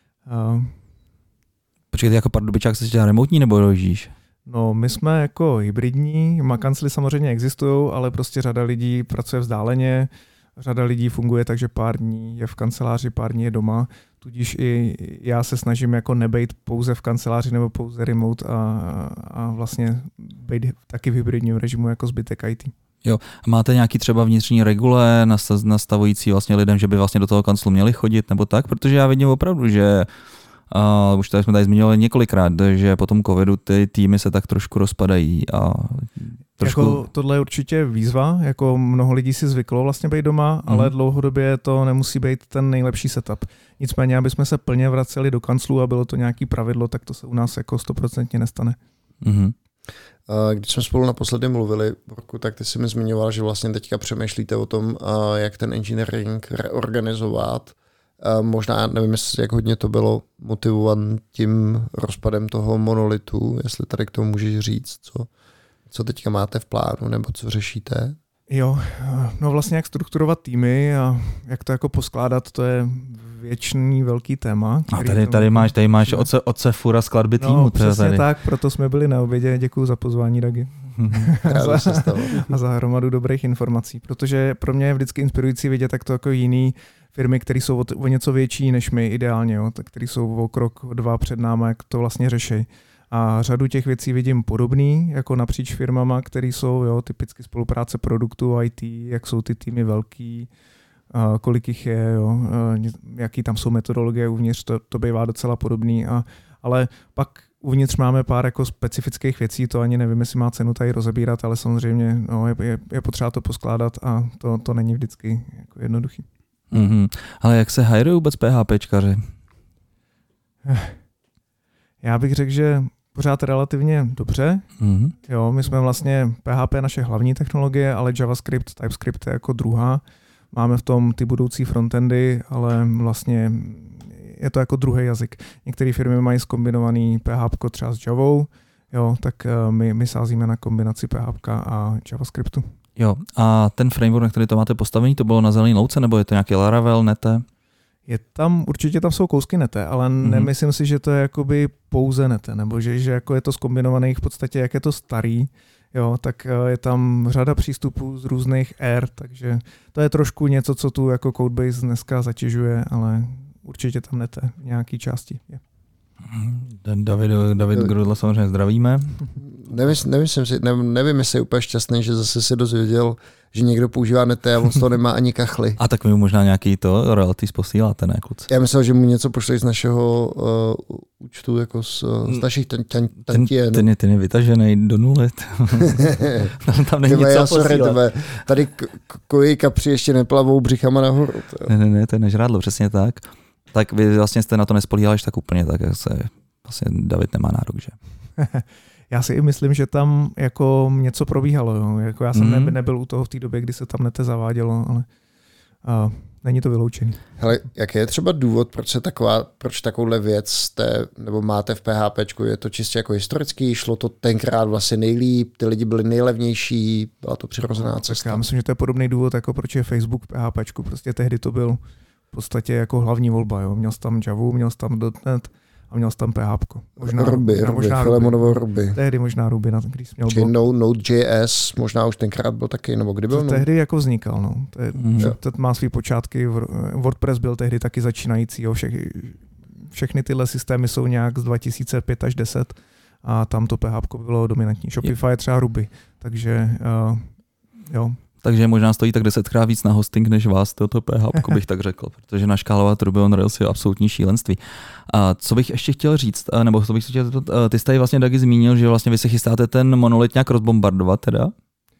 Uh, Počkej, ty jako Pardubičák se dělá remotní nebo dojíždíš? No, my jsme jako hybridní, makancly samozřejmě existují, ale prostě řada lidí pracuje vzdáleně, řada lidí funguje tak, že pár dní je v kanceláři, pár dní je doma, tudíž i já se snažím jako nebejt pouze v kanceláři nebo pouze remote a, a vlastně být taky v hybridním režimu jako zbytek I T. Jo, a máte nějaký třeba vnitřní regule nastavující vlastně lidem, že by vlastně do toho kanclu měli chodit nebo tak? Protože já vidím opravdu, že Uh, už tady jsme tady zmiňovali několikrát, že po tom covidu ty týmy se tak trošku rozpadají a trošku... Jako tohle je určitě výzva, jako mnoho lidí si zvyklo vlastně být doma, mm. ale dlouhodobě to nemusí být ten nejlepší setup. Nicméně, aby jsme se plně vraceli do kanclu a bylo to nějaký pravidlo, tak to se u nás jako stoprocentně nestane. Mm. Když jsme spolu naposledy mluvili, Borku, tak ty jsi mi zmiňoval, že vlastně teďka přemýšlíte o tom, jak ten engineering reorganizovat. Možná, nevím, jak hodně to bylo motivované tím rozpadem toho monolitu, jestli tady k tomu můžeš říct, co, co teďka máte v plánu, nebo co řešíte? Jo, no vlastně jak strukturovat týmy a jak to jako poskládat, to je věčný velký téma. A tady, tady máš, tady máš oce, oce fura skladby týmu. No, přesně tady. Tak, proto jsme byli na obědě, děkuju za pozvání, Dagi. a, za, a za hromadu dobrých informací, protože pro mě je vždycky inspirující vidět tak to jako jiný firmy, které jsou o, o něco větší než my ideálně, jo, které jsou o krok, dva před námi, jak to vlastně řeší. A řadu těch věcí vidím podobný, jako napříč firmama, které jsou jo, typicky spolupráce produktu, I T, jak jsou ty týmy velký, a kolik jich je, jo, jaký tam jsou metodologie uvnitř, to, to bývá docela podobný. A, ale pak uvnitř máme pár jako specifických věcí, to ani nevím, jestli má cenu tady rozebírat, ale samozřejmě no, je, je, je potřeba to poskládat a to, to není vždycky jako jednoduchý. Mm-hmm. Ale jak se hirují vůbec PHPčkaři? Já bych řekl, že pořád relativně dobře. Mm-hmm. Jo, my jsme vlastně P H P naše hlavní technologie, ale JavaScript, TypeScript je jako druhá. Máme v tom ty budoucí frontendy, ale vlastně je to jako druhý jazyk. Některé firmy mají zkombinovaný P H P třeba s Javou, jo, tak my, my sázíme na kombinaci P H P a JavaScriptu. Jo, a ten framework, na který to máte postavený, to bylo na zelený louce, nebo je to nějaký Laravel, Nete? Je tam, určitě tam jsou kousky Nete, ale mm-hmm. nemyslím si, že to je jakoby pouze Nete, nebo že, že jako je to zkombinovaný v podstatě, jak je to starý, jo, tak je tam řada přístupů z různých ér, takže to je trošku něco, co tu jako Codebase dneska zatěžuje, ale určitě tam nete v nějaký části. Je. David, David Grudla samozřejmě zdravíme. Nemysl, nemyslím si, ne, nevím, jestli je úplně šťastný, že zase se dozvěděl, že někdo používá nete a on z toho nemá ani kachly. A tak mi možná nějaký to royalties posíláte, ne kluci? Já myslel, že mu něco pošli z našeho uh, účtu, jako z, z našich tan, tan, tantien. Ten, ten, je, ten je vytažený do nuly. tam, tam není tyba, co já, sorry, posílat. tyba, tady k- koji kapři ještě neplavou břichama nahoru. Tyba. Ne, ne, ne, to je nežrádlo, přesně tak. Tak vy vlastně jste na to nespolíhali až tak úplně, tak se vlastně David nemá nárok, že? Já si i myslím, že tam jako něco probíhalo. Jo. Jako já jsem Mm. mm. nebyl u toho v té době, kdy se tam nete zavádělo, ale uh, není to vyloučený. Hele, jaký je třeba důvod, proč se taková, proč takovouhle věc jste, nebo máte v PHPčku? Je to čistě jako historický? Šlo to tenkrát vlastně nejlíp? Ty lidi byli nejlevnější? Byla to přirozená Tak cesta? já myslím, že to je podobný důvod, jako proč je Facebook v PHPčku. Prostě tehdy to byl v podstatě jako hlavní volba. Jo. Měl jsi tam Javu, měl jsi tam .NET a měl jsi tam PHP. Možná Ruby, možná, Ruby, možná Filemonovo Ruby. Tehdy možná Ruby, když jsi měl Či blok. no, Node.js možná už tenkrát byl taky, nebo kdy byl? To no? tehdy jako vznikal. No. To, je, Mm. to má svý počátky. WordPress byl tehdy taky začínající. Jo. Vše, všechny tyhle systémy jsou nějak z dva tisíce pět až deset a tam to PHP bylo dominantní. Shopify je třeba Ruby. Takže uh, jo. Takže možná stojí tak desetkrát víc na hosting než vás, toto PHP, bych tak řekl, protože naškálovat Ruby on Rails je absolutní šílenství. A co bych ještě chtěl říct, nebo co bych chtěl říct, ty jsi tady vlastně taky zmínil, že vlastně vy se chystáte ten monolit nějak rozbombardovat teda?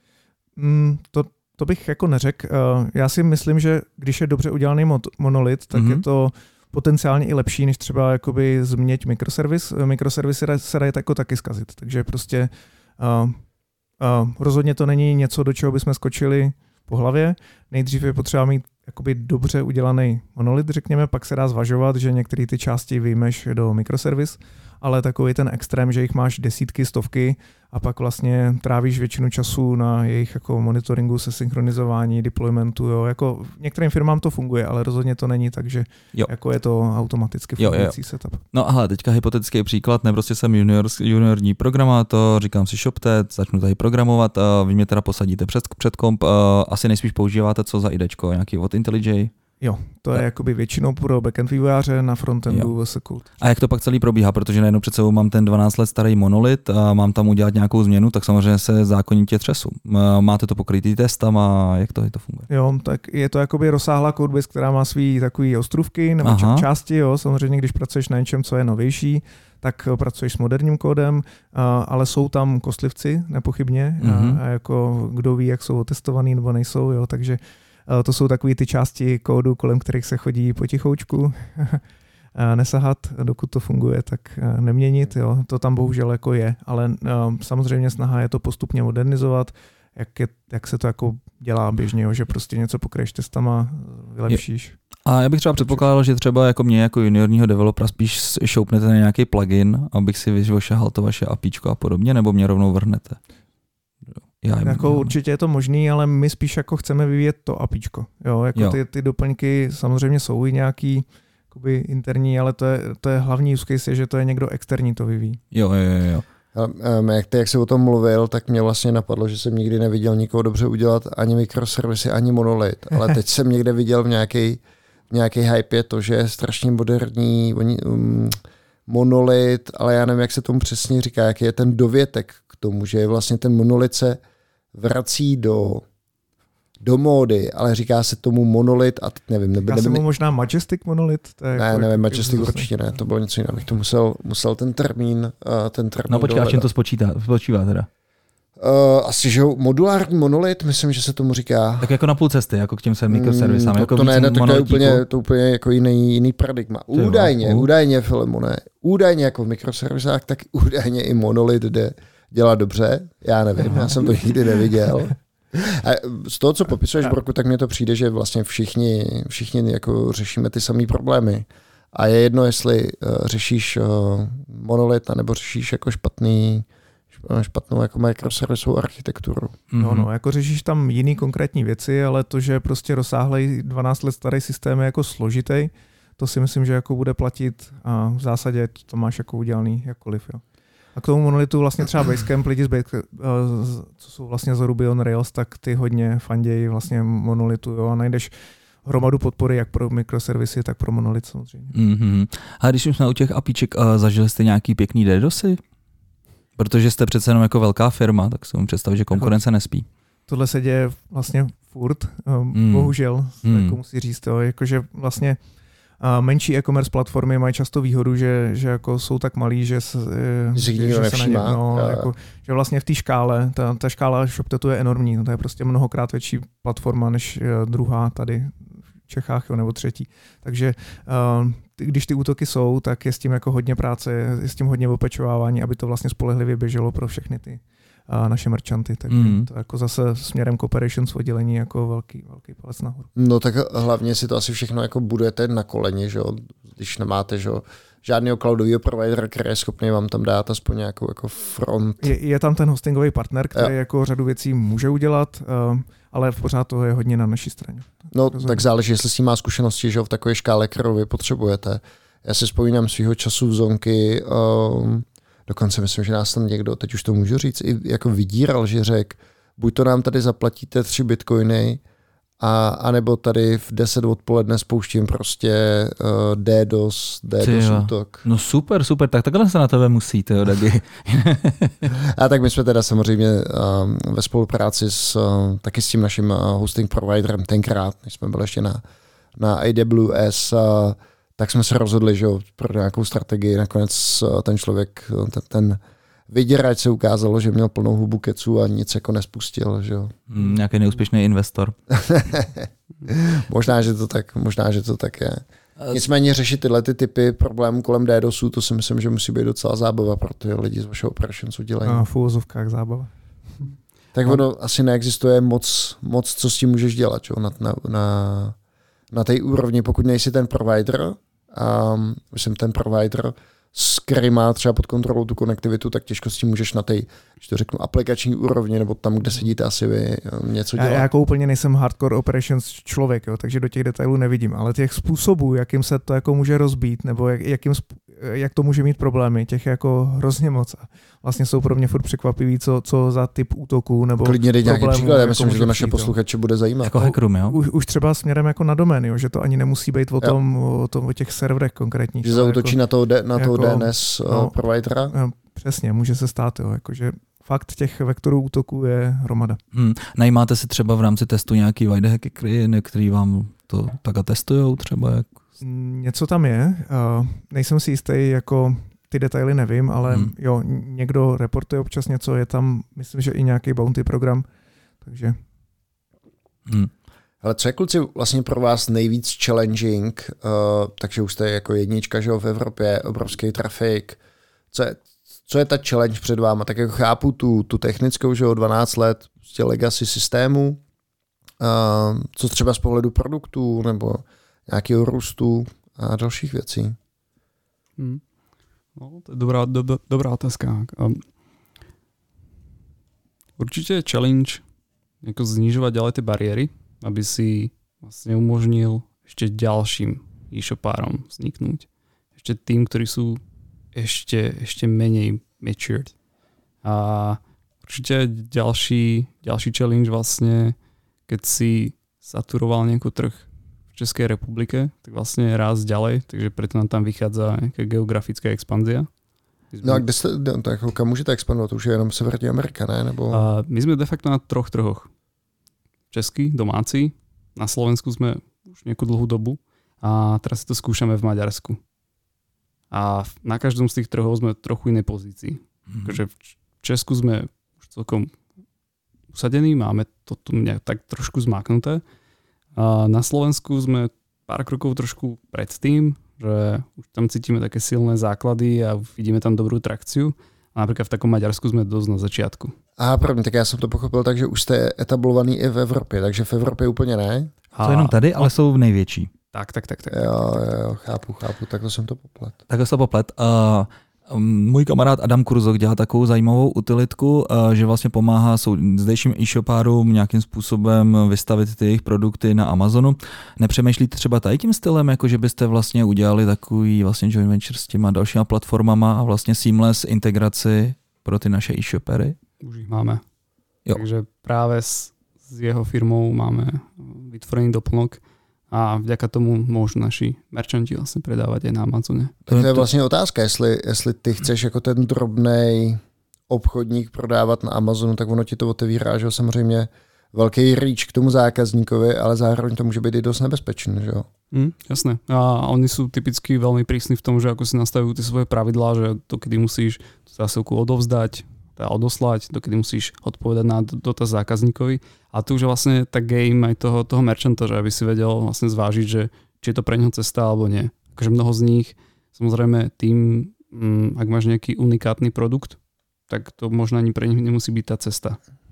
Mm, to, to bych jako neřekl. Já si myslím, že když je dobře udělaný monolit, tak mm-hmm. je to potenciálně i lepší, než třeba jakoby změnit mikroservis. Mikroservisy se dají jako taky zkazit, takže prostě uh, uh, rozhodně to není něco, do čeho bychom skočili po hlavě. Nejdřív je potřeba mít jakoby dobře udělaný monolit, řekněme, pak se dá zvažovat, že některé ty části vyjmeš do mikroservis, ale takový ten extrém, že jich máš desítky, stovky a pak vlastně trávíš většinu času na jejich jako monitoringu, se synchronizování, deploymentu. Jo. Jako některým firmám to funguje, ale rozhodně to není tak, že jako je to automaticky fungující setup. No a teďka hypotetický příklad, ne, prostě jsem junior, juniorní programátor, říkám si ShopTet, začnu tady programovat, a vy mě teda posadíte před, před komp, asi nejspíš používáte co za idečko, nějaký od IntelliJ? Jo, to je jakoby většinou pro backend vývojáře, na frontendu V S Code. A jak to pak celý probíhá, protože najednou před sebou mám ten dvanáct let starý monolit a mám tam udělat nějakou změnu, tak samozřejmě se zákonitě třesu. Máte to pokrytý testama, jak to, jak to funguje? Jo, tak je to jakoby rozsáhlá codebase, která má svý takový ostrůvky nebo Aha. části, jo, samozřejmě když pracuješ na něčem, co je novější, tak pracuješ s moderním kódem, ale jsou tam kostlivci, nepochybně, mm-hmm. a jako kdo ví, jak jsou otestovaný nebo nejsou, jo, takže to jsou takové ty části kódu, kolem kterých se chodí potichoučku, nesahat, dokud to funguje, tak neměnit, jo. To tam bohužel jako je, ale samozřejmě snaha je to postupně modernizovat, jak, je, jak se to jako dělá běžně, jo, že prostě něco pokryješ testama, vylepšíš. A já bych třeba předpokládal, že třeba jako mě jako juniorního developera spíš šoupnete na nějaký plugin, abych si vyšahal to vaše APIčko a podobně, nebo mě rovnou vrhnete? Já jako určitě je to možný, ale my spíš jako chceme vyvíjet to APIčko. Jo, jako jo. Ty, ty doplňky samozřejmě jsou i nějaký jakoby interní, ale to je, to je hlavní use case, že to je někdo externí to vyvíjí. Jo, jo, jo. A, jak ty, jak jsi o tom mluvil, tak mě vlastně napadlo, že jsem nikdy neviděl nikoho dobře udělat ani mikroservisy, ani monolit, ale teď jsem někde viděl v nějaký v nějaký hype je to, že je strašně moderní um, monolit, ale já nevím, jak se tomu přesně říká, jaký je ten dovětek k tomu, že vlastně ten monolit se vrací do, do módy, ale říká se tomu monolit a teď nevím. Neby, Já jsem mu možná Majestic monolit? To je ne, jako nevím, Majestic určitě ne, to bylo něco jiného, bych to musel, musel ten termín, uh, ten termín No počkej, a čím to spočítá, spočívá teda? Uh, asi, že modulární monolit, myslím, že se tomu říká. Tak jako na půl cesty, jako k těm se mikroservisám. Mm, jako to, to ne, ne, to je úplně, to úplně jako jiný, jiný paradigma. Údajně, uh. údajně, Filemone, údajně jako v mikroservisách, tak údajně i monolit jde dělat dobře. Já nevím, já jsem to nikdy neviděl. A z toho, co popisuješ, Borku, tak mně to přijde, že vlastně všichni, všichni jako řešíme ty samé problémy. A je jedno, jestli uh, řešíš uh, monolit, nebo řešíš jako špatný špatnou jako mikroservisovou architekturu. No, no, jako řešíš tam jiný konkrétní věci, ale to, že prostě rozsáhlej dvanáct let starý systém je jako složitý, to si myslím, že jako bude platit a v zásadě to máš jako udělaný jakkoliv. Jo. A k tomu monolitu vlastně třeba Basecamp, lidi z Basecamp, co jsou vlastně z Ruby on Rails, tak ty hodně fandějí vlastně monolitu, jo, a najdeš hromadu podpory jak pro mikroservisy, tak pro monolit samozřejmě. Mm-hmm. A když už jsme u těch apíček, uh, zažili jste nějaký pěkný DDoSy? Protože jste přece jenom jako velká firma, tak si můžu představit, že konkurence nespí. Tohle se děje vlastně furt, um, mm. bohužel, mm. jako musí říct, jo, jakože vlastně uh, menší e-commerce platformy mají často výhodu, že, že jako jsou tak malí, že, se, že, že se na ně, no, jako, že vlastně v té škále, ta, ta škála ShopTetu je enormní, no, to je prostě mnohokrát větší platforma než uh, druhá tady v Čechách, jo, nebo třetí. Takže uh, když ty útoky jsou, tak je s tím jako hodně práce, je s tím hodně opečovávání, aby to vlastně spolehlivě běželo pro všechny ty a naše merchanty, takže mm. to jako zase směrem k operations oddělení jako velký, velký palec nahoru. No tak hlavně si to asi všechno jako budujete na koleně, že jo, když nemáte, že jo, žádného cloudového providera, který je schopný vám tam dát aspoň nějakou jako front. Je, je tam ten hostingový partner, který jo. jako řadu věcí může udělat, uh, ale pořád to je hodně na naší straně. No rozhodně. Tak záleží, jestli s tím má zkušenosti, že jo, v takové škále, kterou vy potřebujete. Já si vzpomínám svýho času v Zonky, um, dokonce myslím, že nás tam někdo, teď už to můžu říct, i jako vydíral, že řekl, buď to nám tady zaplatíte tři bitcoiny, a, anebo tady v deset odpoledne spouštím prostě uh, DDoS, DDoS útok. No super, super, tak takhle se na tebe musí, tyjo, Dagi. A tak my jsme teda samozřejmě uh, ve spolupráci s, uh, taky s tím naším uh, hosting providerem tenkrát, než jsme byli ještě na, na A W S, uh, tak jsme se rozhodli, že jo, pro nějakou strategii. Nakonec ten člověk, ten, ten vyděrač se ukázalo, že měl plnou hubu keců a nic jako nespustil, že jo. Mm, nějaký neúspěšný investor. možná, že to tak, možná, že to tak je. Nicméně řešit tyhle ty typy problémů kolem DDoSu, to si myslím, že musí být docela zábava pro ty lidi z vašeho operations udělení. A v úvozovkách zábava. Tak no. Ono asi neexistuje moc, moc, co s tím můžeš dělat, jo, na, na, na, na té úrovni, pokud nejsi ten provider, Um, myslím, ten provider, který má třeba pod kontrolou tu konektivitu, tak těžko s tím můžeš na té, když to řeknu, aplikační úrovni, nebo tam, kde sedíte asi vy, něco dělat. Já, já jako úplně nejsem hardcore operations člověk, jo, takže do těch detailů nevidím, ale těch způsobů, jakým se to jako může rozbít, nebo jak, jakým, jak to může mít problémy, těch je jako hrozně moc. Vlastně jsou pro mě furt překvapivý, co, co za typ útoků, nebo klidně dej nějaký příklad, já myslím, jako že to naše posluchače bude zajímat. Jako hackroom, jo? Už, už třeba směrem jako na domény, jo, že to ani nemusí být o tom, o, tom o těch serverech konkrétních. Že zautočí jako, na toho, de, na toho jako, D N S no, providera? No, přesně, může se stát, jo, jakože fakt těch vektorů útoků je hromada. Hmm. Najímáte si třeba v rámci testu nějaký wide hackery, který vám to tak testujou třeba? Jak... Něco tam je, uh, nejsem si jistý, jako ty detaily nevím, ale hmm. jo, někdo reportuje občas něco, je tam, myslím, že i nějaký bounty program, takže... Hmm. Ale co je, kluci, vlastně pro vás nejvíc challenging, uh, takže už jste jako jednička, že jo, v Evropě, obrovský trafik, co je, co je ta challenge před váma? Tak jako chápu tu, tu technickou, že jo, dvanáct let, prostě legacy systému, uh, co třeba z pohledu produktů, nebo nějakého růstu a dalších věcí? Hmm. No, to je dobrá, do, dobrá otázka. Um, určitě je challenge jako znižovat ďalej ty bariéry, aby si vlastne umožnil ešte ďalším e-shopárom vzniknúť. Ešte tým, ktorí sú ešte, ešte menej matured. A určite ďalší, ďalší challenge vlastne, keď si saturoval nejaký trh v Českej republike, tak vlastne rásť ďalej, takže preto nám tam vychádza nejaká geografická expanzia. No a kde ste, tak, kam môžete expandovať? Už je jenom Severní Amerika, ne? Nebo... A my sme de facto na troch trhoch. Český, domáci, na Slovensku sme už nejakú dlhú dobu a teraz si to skúšame v Maďarsku. A na každom z tých trhov sme trochu inej pozícii. Mm-hmm. Takže v Česku sme už celkom usadení, máme to tu nejak tak trošku zmáknuté. A na Slovensku sme pár krokov trošku pred tým, že už tam cítime také silné základy a vidíme tam dobrú trakciu. A napríklad v takom Maďarsku sme dosť na začiatku. A první, tak já jsem to pochopil tak, že už jste etablovaný i v Evropě, takže v Evropě úplně ne? To jenom tady, ale jsou největší. Tak, tak, tak. tak jo, tak, tak, tak. jo, chápu, chápu, tak to jsem to poplet. Tak to jsem poplet. Uh, Můj kamarád Adam Kurzok dělá takovou zajímavou utilitku, že vlastně pomáhá zdejším e-shopárům nějakým způsobem vystavit ty jejich produkty na Amazonu. Nepřemýšlíte třeba tady tím stylem, jako že byste vlastně udělali takový vlastně joint venture s těma dalšíma platformama a vlastně seamless integraci pro ty naše e-shopéry? Už ich máme. Jo. Takže práve s, s jeho firmou máme vytvorený doplnok a vďaka tomu môžu naši merchanti vlastně predávať aj na Amazone. Tak to je vlastně otázka, jestli, jestli ty chceš jako ten drobnej obchodník prodávat na Amazonu, tak ono ti to otevírá, že samozřejmě velký reach k tomu zákazníkovi, ale zároveň to může být i dost nebezpečný, že jo? Mm, jasné. A oni sú typicky veľmi prísni v tom, že ako si nastavujú tie svoje pravidlá, že to, kedy musíš zásilku odovzdať, teda odoslať, dokedy musíš odpovedať na dotaz zákazníkovi. A tu už je vlastne tá game aj toho, toho merchanta, že aby si vedel vlastne zvážiť, že či je to pre neho cesta alebo nie. Takže mnoho z nich, samozrejme tým, mm, ak máš nejaký unikátny produkt, tak to možno ani pre nich nemusí byť tá cesta.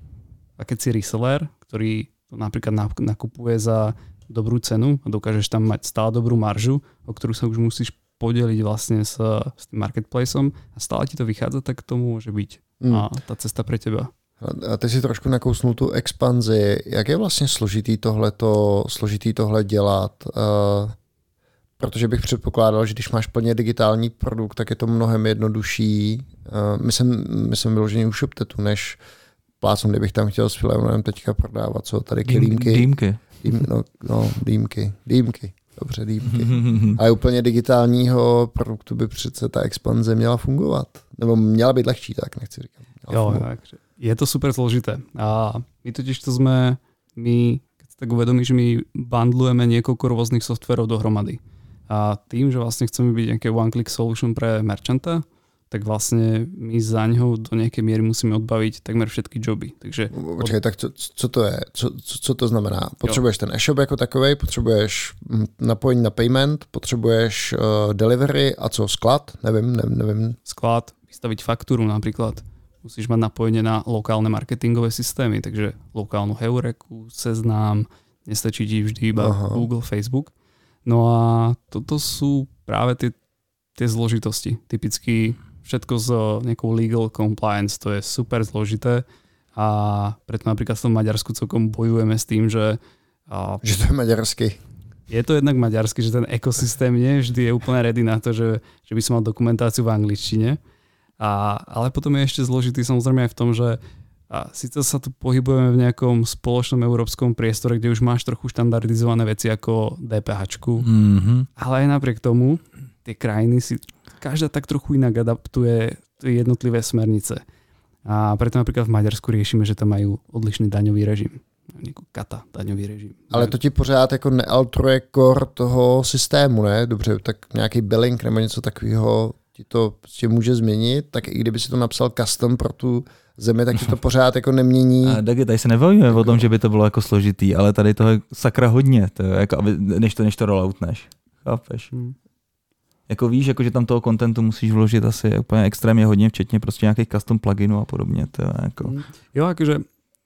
A keď si reseller, ktorý to napríklad nakupuje za dobrú cenu a dokážeš tam mať stále dobrú maržu, o ktorú sa už musíš podeliť vlastne s, s tým marketplaceom a stále ti to vychádza, tak to môže byť hmm. a tá cesta pre teba. A ty si trošku nakousnul tu expanzi. Jak je vlastně složitý tohleto, složitý tohle dělat? Uh, protože bych předpokládal, že když máš plně digitální produkt, tak je to mnohem jednodušší. Uh, my jsem, my jsem vyložený u ShopTetu, než plácnu, kdybych tam chtěl s Filemonem teďka prodávat, co tady kilímky. Dýmky. Dým, no, no, dýmky. Dýmky. Dobře, dýmky. A úplně digitálního produktu by přece ta expanze měla fungovat. Nebo měla být lehčí, tak nechci říkat. Jo, takže je to super zložité. A my totiž to sme, my, keď si tak uvedomí, že my bundlujeme niekoľko rôznych softverov dohromady. A tým, že vlastne chceme byť nejaké one-click solution pre merchanta, tak vlastne my za ňou do nejakej miery musíme odbaviť takmer všetky joby. Takže Počkej, tak co, co to je? Co, co to znamená? Potřebuješ jo. ten e-shop jako takovej, potřebuješ napojení na payment, potřebuješ uh, delivery a co, sklad? Nevím, ne, nevím. Sklad, vystaviť faktúru napríklad. Musíš mať napojenie na lokálne marketingové systémy, takže lokálnu Heureku, Seznam, nestačí ti vždy iba Aha. Google, Facebook. No a toto sú práve tie, tie zložitosti. Typicky všetko z nejakou legal compliance, to je super zložité a preto napríklad v tom Maďarsku celkom bojujeme s tým, že... A, že to je maďarsky. Je to jednak maďarsky, že ten ekosystém nie vždy je úplne ready na to, že, že by som mal dokumentáciu v angličtine. A, ale potom je ešte zložitý samozrejme aj v tom, že a síce sa tu pohybujeme v nejakom spoločnom európskom priestore, kde už máš trochu štandardizované veci ako DPHčku, mm-hmm. ale aj napriek tomu tie krajiny si každá tak trochu inak adaptuje jednotlivé smernice. A preto napríklad v Maďarsku riešime, že tam majú odlišný daňový režim. Nejakú kata daňový režim. Ale to ti pořád jako nealteruje core toho systému, ne? Dobře, tak nějaký billing nebo něco takového ti to prostě může změnit, tak i kdyby si to napsal custom pro tu zemi, tak ti to pořád jako nemění. A tak tady se nebavíme jako o tom, že by to bylo jako složitý, ale tady toho je sakra hodně, to je jako, než to, než to rolloutneš. Chápeš? Hmm. Jako víš, jako, že tam toho contentu musíš vložit asi úplně extrémně hodně, včetně prostě nějakých custom pluginů a podobně. To je jako... Jo, akože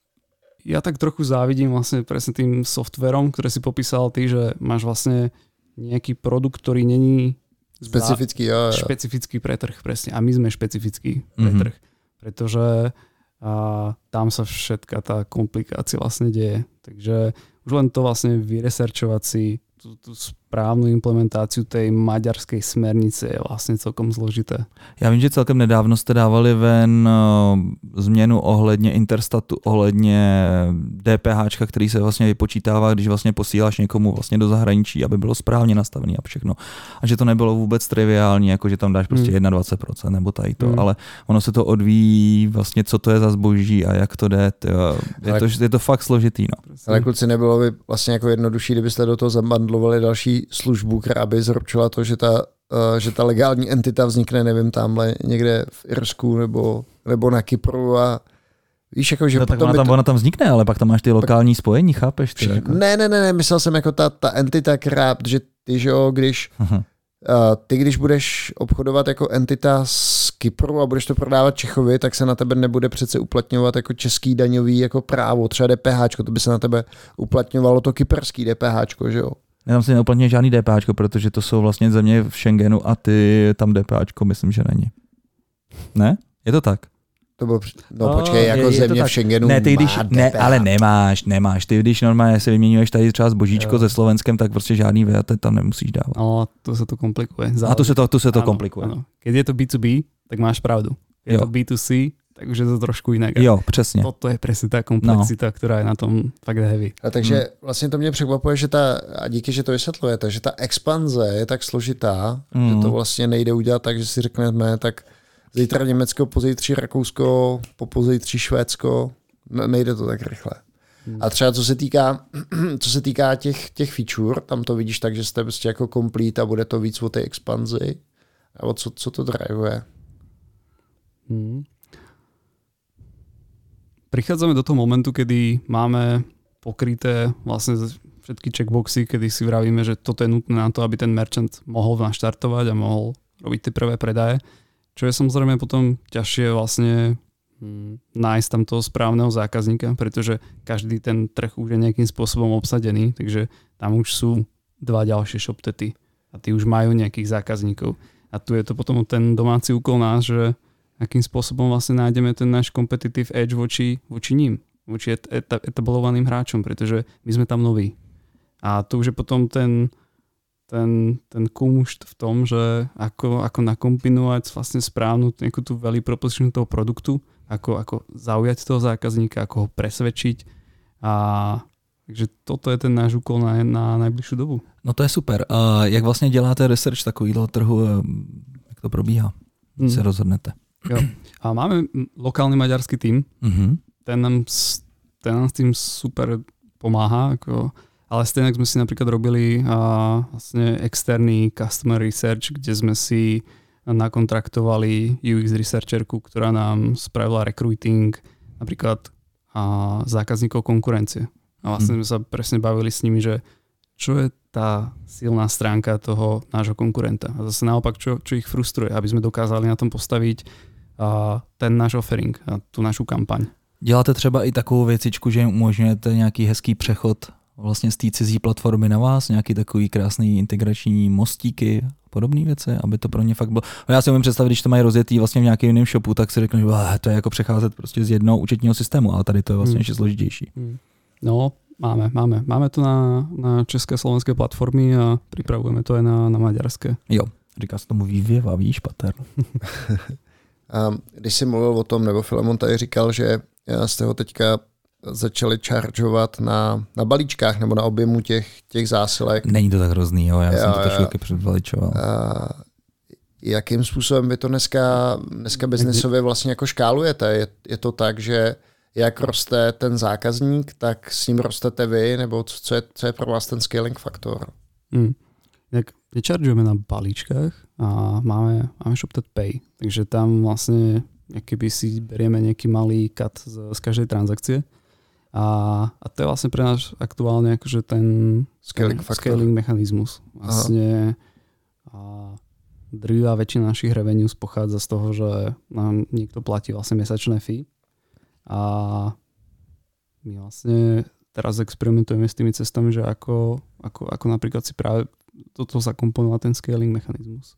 ja tak trochu závidím vlastne presne tým softverom, ktoré si popísal ty, že máš vlastne nejaký produkt, ktorý není specifický, jo, jo. špecifický pre trh, presne. A my sme špecifický pre mm-hmm. trh, pretože a, tam sa všetká tá komplikácia vlastne deje. Takže už len to vlastne vyresearchovať si tú, tú správnu implementáciu tej maďarskej smernice je vlastne celkom zložité. Já vím, že celkem nedávno jste dávali ven uh, změnu ohledně Interstatu, ohledně DPHčka, který se vlastně vypočítává, když vlastně posíláš někomu vlastně do zahraničí, aby bylo správně nastavené a všechno. A že to nebylo vůbec triviální, jako že tam dáš prostě hmm. dvacet jedna procent nebo tady to, hmm. ale ono se to odvíjí vlastně, co to je za zboží a jak to jde. Je to, je to fakt složitý. No. Ale kluci, nebylo by vlastně jako jednodušší, kdybyste do toho zabandlovali další službu, která by zručila to, že ta, uh, že ta legální entita vznikne, nevím, tamhle někde v Irsku nebo, nebo na Kypru a víš, jako, že no, potom ona tam, to... ona tam vznikne, ale pak tam máš ty lokální pak... spojení, chápeš? Ty, jako... Ne, ne, ne, ne, myslel jsem jako ta, ta entita, která, protože ty, že jo, když uh, ty, když budeš obchodovat jako entita z Kypru a budeš to prodávat Čechovi, tak se na tebe nebude přece uplatňovat jako český daňový jako právo, třeba DPHčko, to by se na tebe uplatňovalo to kyperský DPHčko, že jo? Já tam si neuplatňuje žádný DPHčko, protože to jsou vlastně země v Schengenu a ty tam DPHčko myslím, že není. Ne? Je to tak? To bylo, no oh, počkej, jako je, je země v Schengenu ne, ty když, má ne, ale nemáš, nemáš. Ty když normálně si vyměňuješ tady třeba zbožíčko se Slovenskem, tak prostě žádný V A T tam nemusíš dávat. No, to se to komplikuje. Záleží. A tu se to, tu se to ano, komplikuje. Ano. Keď je to B dva B, tak máš pravdu. Keď je to B dva C, tak už je to trošku jinak. Jo, přesně. Toto je přesně ta komplexita, no. která je na tom fakt heavy. A takže hmm. vlastně to mě překvapuje, že ta, a díky, že to vysvětlujete, že ta expanze je tak složitá, hmm. že to vlastně nejde udělat tak, že si řekneme, tak zítra Německo, pozítří Rakousko, po pozítří Švédsko, nejde to tak rychle. Hmm. A třeba co se týká, co se týká těch, těch feature, tam to vidíš tak, že jste prostě jako complete a bude to víc o té expanzi, nebo co, co to drivuje? Hmm. Prichádzame do toho momentu, kedy máme pokryté vlastne všetky checkboxy, kedy si vravíme, že toto je nutné na to, aby ten merchant mohol naštartovať a mohol robiť tie prvé predaje. Čo je samozrejme potom ťažšie vlastne hm, nájsť tam toho správneho zákazníka, pretože každý ten trh už je nejakým spôsobom obsadený, takže tam už sú dva ďalšie shoptety a tí už majú nejakých zákazníkov. A tu je to potom ten domáci úkol nás, že akým spôsobom vlastne nájdeme ten náš competitive edge voči, voči ním, voči et, et, etablovaným hráčom, pretože my sme tam noví. A to už je potom ten, ten, ten kúšt v tom, že ako, ako nakombinovať vlastne správnu nejakú tú value proposition toho produktu, ako, ako zaujať toho zákazníka, ako ho presvedčiť. A takže toto je ten náš úkol na, na najbližšiu dobu. No to je super. A jak vlastně děláte research takovýhle trhu, jak to probíhá? Hmm. Se rozhodnete? Jo. A máme lokálny maďarský tím, mm-hmm. ten, nám, ten nám s tým super pomáha, ako, ale stejne sme si napríklad robili a, vlastne externý customer research, kde sme si nakontraktovali U X researcherku, ktorá nám spravila recruiting napríklad a, zákazníkov konkurencie. A vlastne mm. sme sa presne bavili s nimi, že čo je tá silná stránka toho nášho konkurenta. A zase naopak, čo, čo ich frustruje, aby sme dokázali na tom postaviť a ten náš offering a tu našu kampaň. Děláte třeba i takovou věcičku, že umožňujete nějaký hezký přechod vlastně z té cizí platformy na vás, nějaký takový krásný integrační mostíky a podobné věci, aby to pro ně fakt bylo. Já si umím představit, když to mají rozjetý vlastně v nějakém jiném shopu, tak si řeknu, že to je jako přecházet prostě z jednoho účetního systému, ale tady to je vlastně hmm. ještě složitější. Hmm. No, máme, máme. Máme to na, na české slovenské platformy a připravujeme to i na, na maďarské. Jo, říká se tomu vývěvavý špater. A když jsi mluvil o tom, nebo Filemon tady říkal, že jste ho teďka začali chargeovat na, na balíčkách nebo na objemu těch, těch zásilek. Není to tak hrozný, jo, já jo, jsem to trošku předbaličoval. Jakým způsobem vy to dneska, dneska biznesově vlastně jako škálujete? Je, je to tak, že jak roste ten zákazník, tak s ním rostete vy, nebo co je, co je pro vás ten scaling faktor? Hmm. Jak nechargeujeme na balíčkách a máme, máme ShopTet-Pay, takže tam vlastne keby si berieme nejaký malý cut z, z každej transakcie a, a to je vlastne pre nás aktuálne akože ten scaling, ten scaling mechanizmus. Vlastne a drvivá väčšina našich revenues pochádza z toho, že nám niekto platí vlastne mesačné fee a my vlastne teraz experimentujeme s tými cestami, že ako, ako, ako napríklad si práve toto zakomponovat ten scaling mechanismus.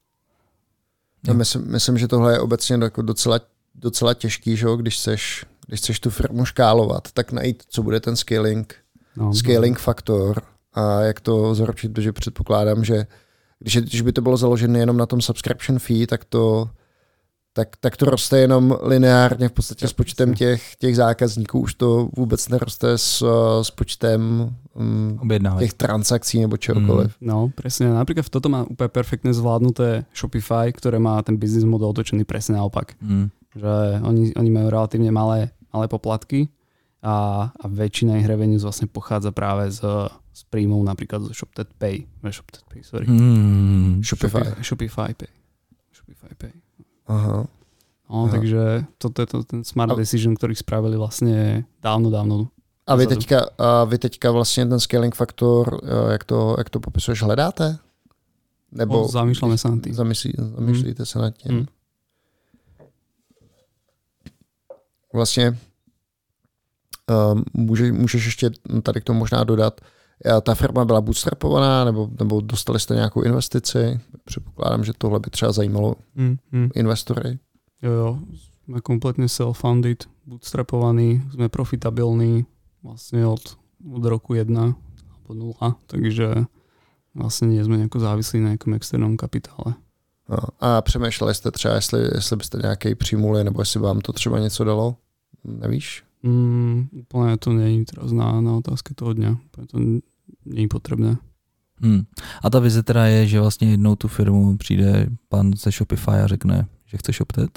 No, myslím, myslím, že tohle je obecně docela, docela těžký, že? Když chceš, když chceš tu firmu škálovat, tak najít, co bude ten scaling, no, scaling no. faktor a jak to zaručit, protože předpokládám, že když, když by to bylo založené jenom na tom subscription fee, tak to tak, tak to roste jenom lineárně v podstatě s počtem těch, těch zákazníků. Už to vůbec neroste s, s počtem um, těch transakcí nebo čehokoliv. Mm. No, presne. Napríklad toto má úplne perfektne zvládnuté Shopify, ktoré má ten business model otočený presne naopak. Mm. Že oni, oni majú relatívne malé, malé poplatky a, a väčšina ich revenues vlastne pochádza práve z, z príjmov napríklad zo ShopTet-Pay. ShopTet-Pay, sorry. Mm. Shopify. Shopify Pay. Shopify Pay. Aha. No, Aha. takže toto je to ten smart decision, ktorý spravili vlastne dávno, dávno. A vy teďka, a vy teďka vlastně ten scaling faktor, jak to, jak to popisuješ, hledáte? Nebo o, zamýšľame sa nad tým. Zamyslí, zamyslíte mm. se nad tím. Mm. Vlastně um, může, můžeš ještě tady k tomu možná dodat, ta firma byla bootstrapovaná, nebo, nebo dostali jste nějakou investici? Předpokládám, že tohle by třeba zajímalo mm, mm. investory. Jo, jo, sme kompletne self-funded, bootstrapovaní, sme profitabilní vlastne od, od roku jedna alebo nula, takže vlastne nie sme nejako závislí na nejakom externom kapitále. No, a přemýšleli jste třeba, jestli, jestli byste nějaký přijmuli, nebo jestli vám to třeba něco dalo? Nevíš? Mm, úplne to nie je teraz na, na otázke toho dňa. To nie je potrebné. Hmm. A ta vize teda je, že vlastně jednou tu firmu přijde pan ze Shopify a řekne, že chce ShopTet?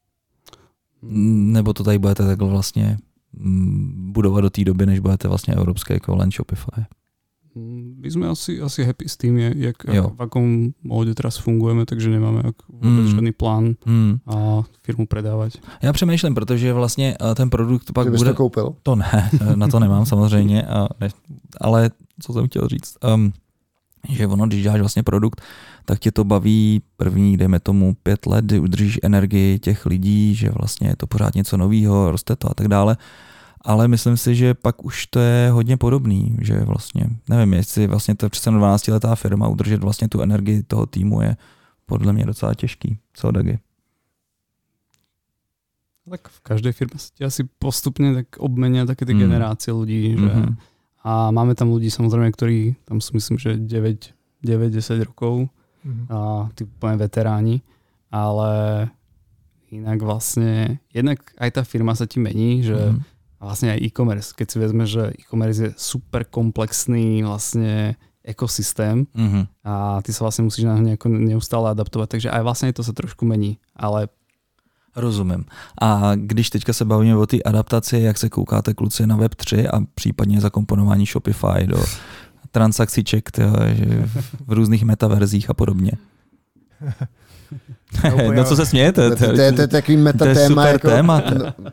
Nebo to tady budete takhle vlastně budovat do té doby, než budete vlastně evropský ekvivalent Shopify? My sme asi, asi happy s tým, jak, jak, v akom móde teraz fungujeme, takže nemáme vôbec mm. žádný plán mm. a firmu predávať. Já přemýšlím, protože vlastně ten produkt pak že bude... to koupil? To ne, na to nemám samozřejmě, a ne, ale co jsem chtěl říct, um, že ono, když děláš vlastně produkt, tak tě to baví první, dejme tomu pět let, kdy udržíš energii těch lidí, že vlastně je to pořád něco novýho, roste to a tak dále. Ale myslím si, že pak už to je hodně podobný, že vlastně, nevím, jestli vlastně to přece dvanáctiletá firma udržet vlastně tu energii toho týmu je podle mě docela těžký. Co, Dagi? Tak v každej firme sa ti asi postupne tak obmenia také tie mm. generácie ľudí, že mm-hmm. a máme tam ľudí samozrejme, ktorí tam sú myslím, že deväť desať rokov mm-hmm. a tí úplne veteráni, ale inak vlastne jednak aj tá firma sa ti mení, že mm-hmm. a vlastne aj e-commerce, keď si vezme, že e-commerce je super komplexný vlastne ekosystém mm-hmm. a ty sa vlastne musíš na nejako neustále adaptovať, takže aj vlastne to sa trošku mení, ale rozumím. A když teďka se bavíme o té adaptaci, jak se koukáte kluci na web tři a případně zakomponování Shopify do transakciček v různých metaverzích a podobně. No, no co se smějete? To je takový metatéma. To je super téma.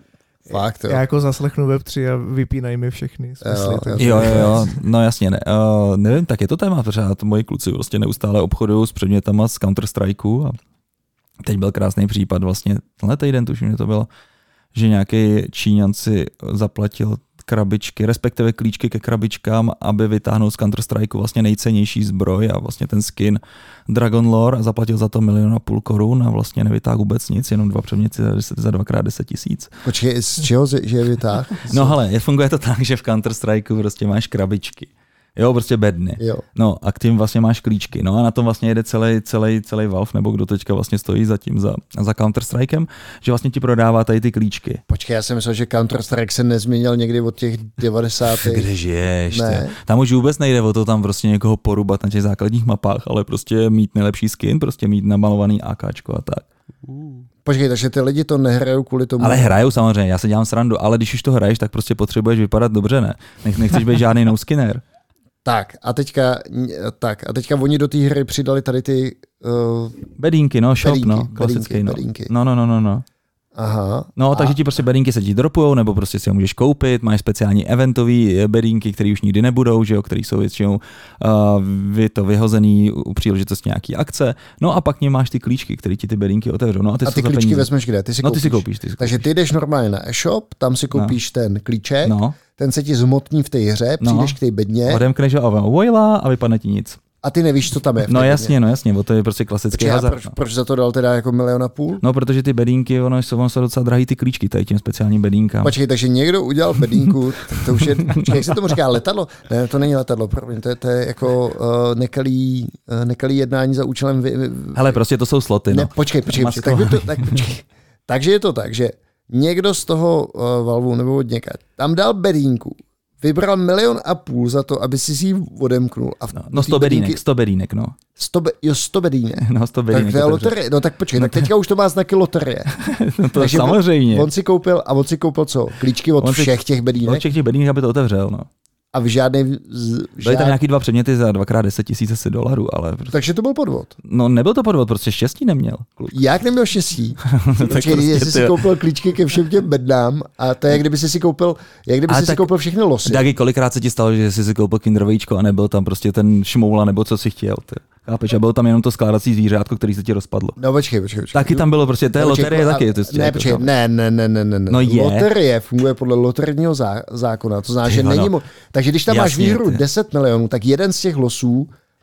Fakt, jo. Já jako zaslechnu web tři a vypínají mi všechny. Jo, jo, jo, no jasně ne. Uh, nevím, tak je to téma, protože moji kluci vlastně neustále obchodují s předmětama z Counter-Strikeu a teď byl krásný případ vlastně, tenhle týden tuším, že to bylo, že nějaký Číňan si zaplatil krabičky, respektive klíčky ke krabičkám, aby vytáhnul z Counter-Strikeu vlastně nejcennější zbroj a vlastně ten skin Dragon Lore a zaplatil za to milion a půl korun a vlastně nevytáhl vůbec nic, jenom dva předměty za, za dvakrát deset tisíc. Počkej, z čeho že je vytáhl? No hele, funguje to tak, že v Counter-Strikeu prostě máš krabičky. Jo, prostě bedny. Jo. No a k tím vlastně máš klíčky. No a na tom vlastně jede celý, celý, celý Valve, nebo kdo teďka vlastně stojí za tím, za, za Counter-Strikem, že vlastně ti prodává tady ty klíčky. Počkej, já jsem myslel, že Counter-Strike se nezměnil někdy od těch devadesátých. Kde žiješ? Ne. Tam už vůbec nejde o to tam prostě někoho porubat na těch základních mapách, ale prostě mít nejlepší skin, prostě mít namalovaný AKčko a tak. Počkej, takže ty lidi to nehrajou kvůli tomu? Ale hrajou samozřejmě, já se dělám srandu, ale když už to hraješ, tak prostě potřebuješ vypadat dobře, ne? Nechceš být žádný no skinner. Tak a teďka, tak a teďka oni do té hry přidali tady ty uh, bedínky, no, shop, bedínky, no, klasický, bedínky, no. bedínky. no. No, no, no, no. Aha. No, a... takže ti prostě bedínky se ti dropujou, nebo prostě si je můžeš koupit, máš speciální eventový bedínky, které už nikdy nebudou, že jo, které jsou většinou uh, vy to vyhozený u příležitosti nějaký akce. No a pak mě máš ty klíčky, které ti ty bedínky otevřou. No, a ty, a ty klíčky vezmeš kde? Ty si no, koupíš. ty si koupíš. Ty si koupíš. Takže ty jdeš normálně na e-shop, tam si koupíš no. ten klíček, no. ten se ti zmotní v té hře, přijdeš no. k té bedně. Odemkneš ho a vojla a vypadne ti nic. A ty nevíš, co tam je. No jasně, no jasně, bo to je prostě klasický hazard. Proč, proč za to dal teda jako milion a půl? No, protože ty bedínky, ono jsou, ono jsou docela drahý ty klíčky tady těm speciálním bedínkám. Počkej, takže někdo udělal bedínku, to už je, počkej, jak se tomu říká, letadlo? Ne, to není letadlo, to je, to je jako uh, nekalý, uh, nekalý jednání za účelem... Vy, vy, Hele, prostě to jsou sloty, no. Ne, počkej, počkej, počkej tak, to, tak počkej. Takže je to tak, že někdo z toho uh, Valvu nebo od někaď tam dal bedínku, vybral milion a půl za to, aby si si ji odemknul. A no, no sto bedínek, sto bedínek, no. Sto be, jo, sto bedínek. No, sto bedínek. Tak to je loterie. No tak počkej, no, tak teďka už to má znaky loterie. No to samozřejmě. On, on si koupil, a on si koupil co? Klíčky od on všech těch bedínek? Od všech těch bedínek, aby to otevřel, no. A v žádnej... Žád... Byly tam nějaký dva předměty za dvakrát deset tisíc asi dolarů, ale... Prostě... Takže to byl podvod. No nebyl to podvod, prostě štěstí neměl. Kluk. Jak neměl štěstí? Počkej, prostě jestli si koupil klíčky ke všem těm bednám a to je, jak kdyby si si koupil, jak kdyby si, si koupil všechny losy. Dagi, kolikrát se ti stalo, že jsi si koupil kindervajíčko a nebyl tam prostě ten šmoula nebo co si chtěl. Ty. Chápeš, a bylo tam jenom to skládací zvířátko, který se ti rozpadlo. No počkej, počkej, počkej. Taky tam bylo prostě, to je loterie a, taky. To ne, jako počkej, ne, ne, ne, ne, ne. No je. Loterie funguje podle loterijního zá, zákona, to znamená, že není mo- takže když tam Jasně, máš výhru ty. deset milionů, tak jeden z těch losů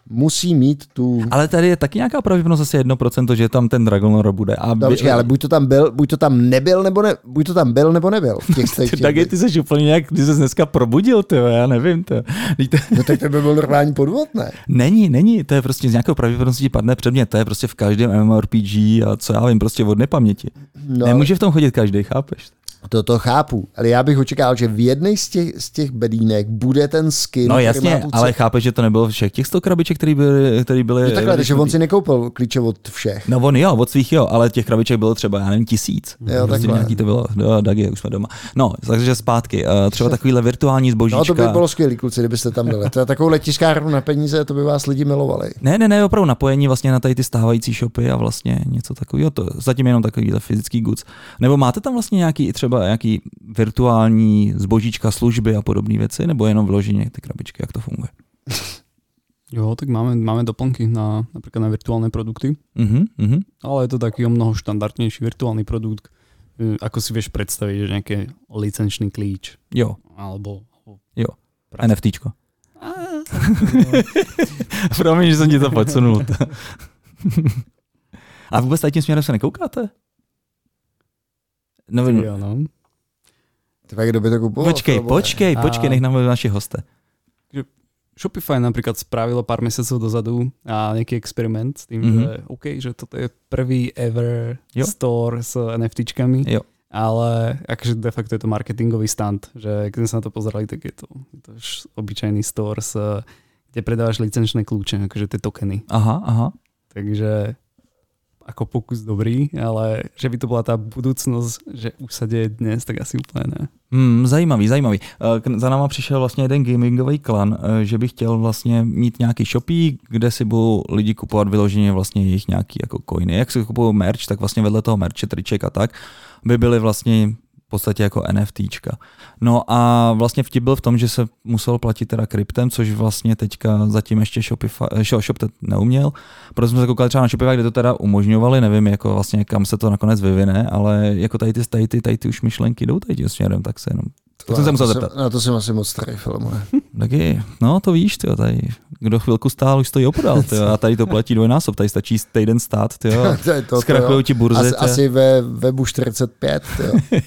musí mít tu... Ale tady je taky nějaká pravděpodobnost asi jedno procento, že tam ten Dragon Lore bude. A no, počkej, ale buď to tam byl, buď to tam nebyl, nebo ne, buď to tam byl, nebo nebyl. V těch ty, tak ty jsi úplně nějak, ty jsi dneska probudil, ty, já nevím. Ty. No tak to by byl normální podvod, ne? Není, není, to je prostě z nějakého pravděpodobnosti ti padne předmět, to je prostě v každém MMORPG a co já vím, prostě od nepaměti. No, nemůže v tom chodit každý, chápeš? To to chápu, ale já bych očekával, že v jedné z těch, z těch bedínek bude ten skin. No jasně, ale chápeš, že to nebylo všech těch sto krabiček, které byly, který byly... No takhle, takže on si nekoupil klíče od všech. No on jo, od svých jo, ale těch krabiček bylo třeba, já nevím, tisíc. Jo, prostě nějaký to bylo, no, Dagi, už jsme doma. No, takže zpátky, třeba takovýhle virtuální zbožíčka. No to by bylo skvělý, kluci, kdybyste tam byli. To je takovou letiškárnu na peníze, to by vás lidi milovali. Ne, ne, ne, opravdu napojení vlastně na tady ty stávající shopy a vlastně něco takového, to zatím jenom takovýhle fyzický goods. Nebo máte tam vlastně nějaký třeba nějaký virtuální zbožíčka, služby a podobné věci, nebo jenom vyloženě ty krabičky, jak to funguje? Jo, tak máme, máme doplnky na napríklad na virtuálne produkty, uh-huh, uh-huh. ale je to taký o mnoho štandardnejší virtuálny produkt, ako si vieš predstaviť, že nejaký licenčný klíč. Jo. Alebo... Jo, NFTčko. Promiň, že jsem ti to podsunul. A vůbec tady tím směrem se nekoukáte? No, jo, no. Tak kdo by to kupoval? Počkej, počkej, počkej, nech nám budú naši hosté. Shopify napríklad spravilo pár mesiacov dozadu a nejaký experiment s tým, mm-hmm. že OK, že toto je prvý ever jo. store s NFTčkami, jo. ale akože de facto je to marketingový stand, že keď sme sa na to pozerali, tak je to, je to obyčajný store, s, kde predávaš licenčné kľúče, akože tie tokeny. Aha, aha. Takže ako pokus dobrý, ale že by to bola tá budúcnosť, že už sa deje dnes, tak asi úplne ne. Hmm, zajímavý, zajímavý. Za náma přišel vlastně jeden gamingový klan, že by chtěl vlastně mít nějaký shopík, kde si budou lidi kupovat vyloženě vlastně jejich nějaký jako coiny. Jak si kupují merch, tak vlastně vedle toho merče, triček a tak, by byly vlastně v podstatě jako NFTčka. No a vlastně vtip byl v tom, že se musel platit teda kryptem, což vlastně teďka zatím ještě Shopify, ShopTet neuměl. Proto jsme se koukali třeba na Shopify, kde to teda umožňovali, nevím jako vlastně kam se to nakonec vyvine, ale jako tady ty, tady ty, tady ty už myšlenky jdou tady tím směrem, tak se jenom... To, to, jsem to jsem, na to jsem asi moc starý film. Taky, no to víš, tyjo, tady kdo chvilku stál, už stojí opodál, tyjo, a tady to platí dvojnásob, tady stačí týden stát, tyjo, zkrachují ti burzy. Asi, asi ve webu čtyřicet pět, tyjo.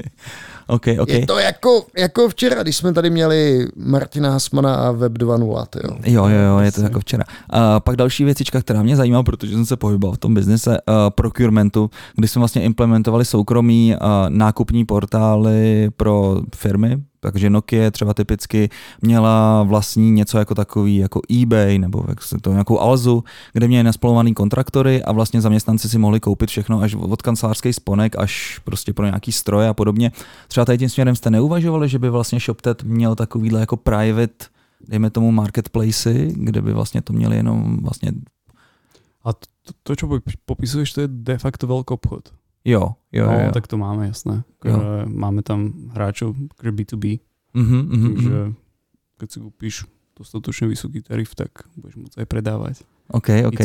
Okay, okay. Je to jako, jako včera, když jsme tady měli Martina Hasmana a Web dva nula. Jo. jo, jo, jo, je to jako včera. A pak další věcička, která mě zajímá, protože jsem se pohyboval v tom biznise uh, procurementu, kdy jsme vlastně implementovali soukromí uh, nákupní portály pro firmy, takže Nokia třeba typicky měla vlastní něco jako takový jako eBay nebo jak se to, nějakou Alzu, kde měli naspolovaný kontraktory a vlastně zaměstnanci si mohli koupit všechno až od kancelářských sponek až prostě pro nějaký stroje a podobně. Třeba tady tím směrem jste neuvažovali, že by vlastně ShopTet měl takovýhle jako private, dejme tomu marketplacy, kde by vlastně to měli jenom vlastně... A to, to čo popisuješ, to je de facto veľký obchod. Jo, jo, no, jo. Tak to máme, jasné. Jo. Máme tam hráčov, akože bí to bí. Mm-hmm, mm-hmm. Takže keď si kúpiš dostatočne vysoký tarif, tak budeš môcť aj predávať. OK, OK.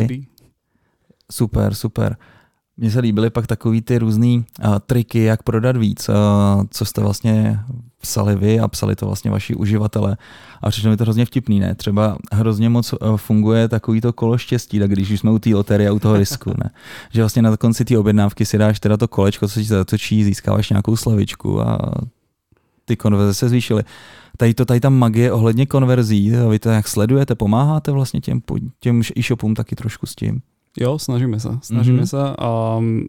Super, super. Mně se líbily pak takový ty různý uh, triky, jak prodat víc, uh, co jste vlastně psali vy a psali to vlastně vaši uživatelé. A přišlo mi to hrozně vtipný, ne? Třeba hrozně moc uh, funguje takový to kolo štěstí, tak když už jsme u té loterie a u toho risku, ne? Že vlastně na konci té objednávky si dáš teda to kolečko, co ti zatočí, získáváš nějakou slavičku a ty konverze se zvýšily. Tady, to, tady ta magie ohledně konverzí, vy to jak sledujete, pomáháte vlastně těm, těm e-shopům taky trošku s tím? Jo, snažíme sa. Snažíme mm-hmm. sa. Um,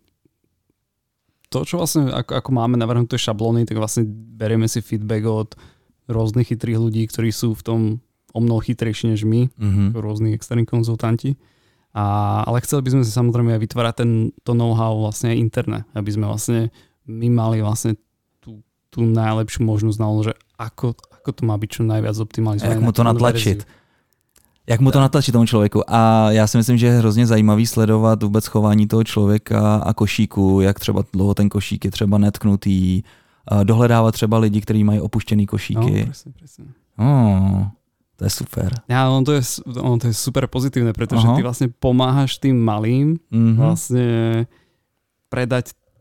to, čo vlastne, ako, ako máme navrhnuté šablóny, tak vlastne berieme si feedback od rôznych chytrých ľudí, ktorí sú v tom o mnoho chytrejší než my, mm-hmm. rôzni externí konzultanti. A, ale chceli by sme si samozrejme aj vytvárať ten, to know-how vlastne aj interné, aby sme vlastne my mali vlastne tú, tú najlepšiu možnú znalosť, že ako, ako to má byť čo najviac optimalizované. Jak mu to natlačit. Jak mu to natlačit tomu člověku. A já si myslím, že je hrozně zajímavý sledovat vůbec chování toho člověka a košíku, jak třeba dlouho ten košík je třeba netknutý, dohledávat třeba lidi, kteří mají opuštěný košíky. No, presne, presne. Oh, to je super. Ja, ono to je, ono to je super pozitívne, pretože Aha. ty vlastne pomáhaš tým malým mm-hmm. vlastne predať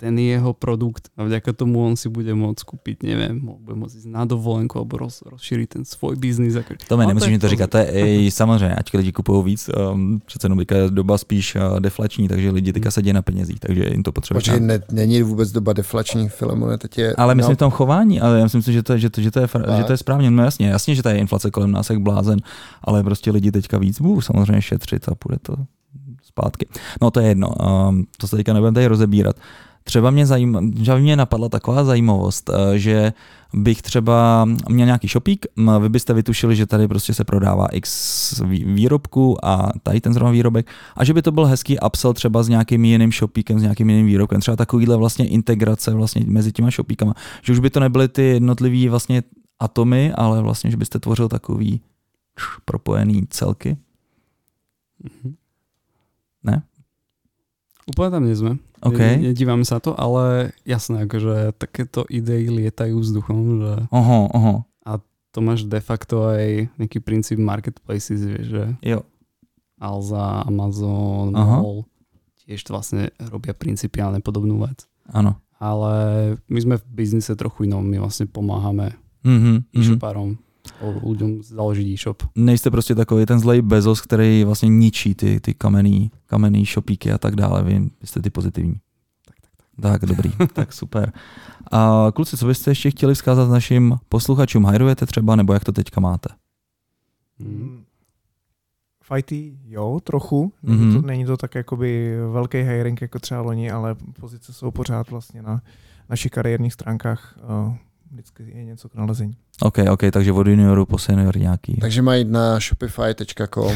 ten jeho produkt a vďaka tomu on si bude môcť kúpiť, neviem, bude môcť ísť na dovolenku alebo roz, rozšíriť ten svoj biznis. Ako... To mi nemusíš mi to říkat, to je i samozřejmě, ať lidi kupují víc, um, přece jenom teďka je doba spíš uh, deflační, takže lidi teďka sedí na penězích, takže jim to potřebuje. Počkej, ne, není vůbec doba deflační, Filemone, teď je... Ale myslím no. v tom chování, ale já myslím si, že to, že to, že to, je, že to je správně, no jasně, jasně, že tady je inflace kolem nás jak blázen, ale prostě lidi teďka víc budou samozřejmě šetřit a půjde to zpátky. No to je jedno, um, to se teďka nebudeme tady rozebírat. Třeba mě, zajím, že mě napadla taková zajímavost, že bych třeba měl nějaký shopík, vy byste vytušili, že tady prostě se prodává x výrobků a tady ten zrovna výrobek a že by to byl hezký upsell třeba s nějakým jiným shopíkem, s nějakým jiným výrobkem, třeba takovýhle vlastně integrace vlastně mezi těma shopíkama, že už by to nebyly ty jednotlivý vlastně atomy, ale vlastně, že byste tvořil takový propojený celky. Mhm. Ne? Úplne tam nie sme. Okay. Nedívame sa to, ale jasné, akože takéto idei lietajú vzduchom, že... Oho, oho. A to máš de facto aj nejaký princíp marketplaces, vieš, že... Jo. Alza, Amazon, Mall, tiež to vlastne robia principiálne podobnú vec. Áno. Ale my sme v biznise trochu inom, my vlastne pomáhame mm-hmm, e-shopárom. Ľuďom založiť e-shop. Nejste prostě takový ten zlej Bezos, který vlastně ničí ty, ty kamenný, kamenný shopíky a tak dále. Vy, vy jste ty pozitivní. Tak, tak, tak. Tak, dobrý. Tak super. A kluci, co byste ještě chtěli vzkázat našim posluchačům? Hajrujete třeba, nebo jak to teďka máte? Hmm. Fighty, jo, trochu. Není, mm-hmm. to, není to tak jakoby velký hiring jako třeba loni, ale pozice jsou pořád vlastně na našich kariérních stránkách. Uh, vždycky je něco k nalezení. OK, OK, takže od junioru po senior nějaký. Takže mají na shopify tečka com.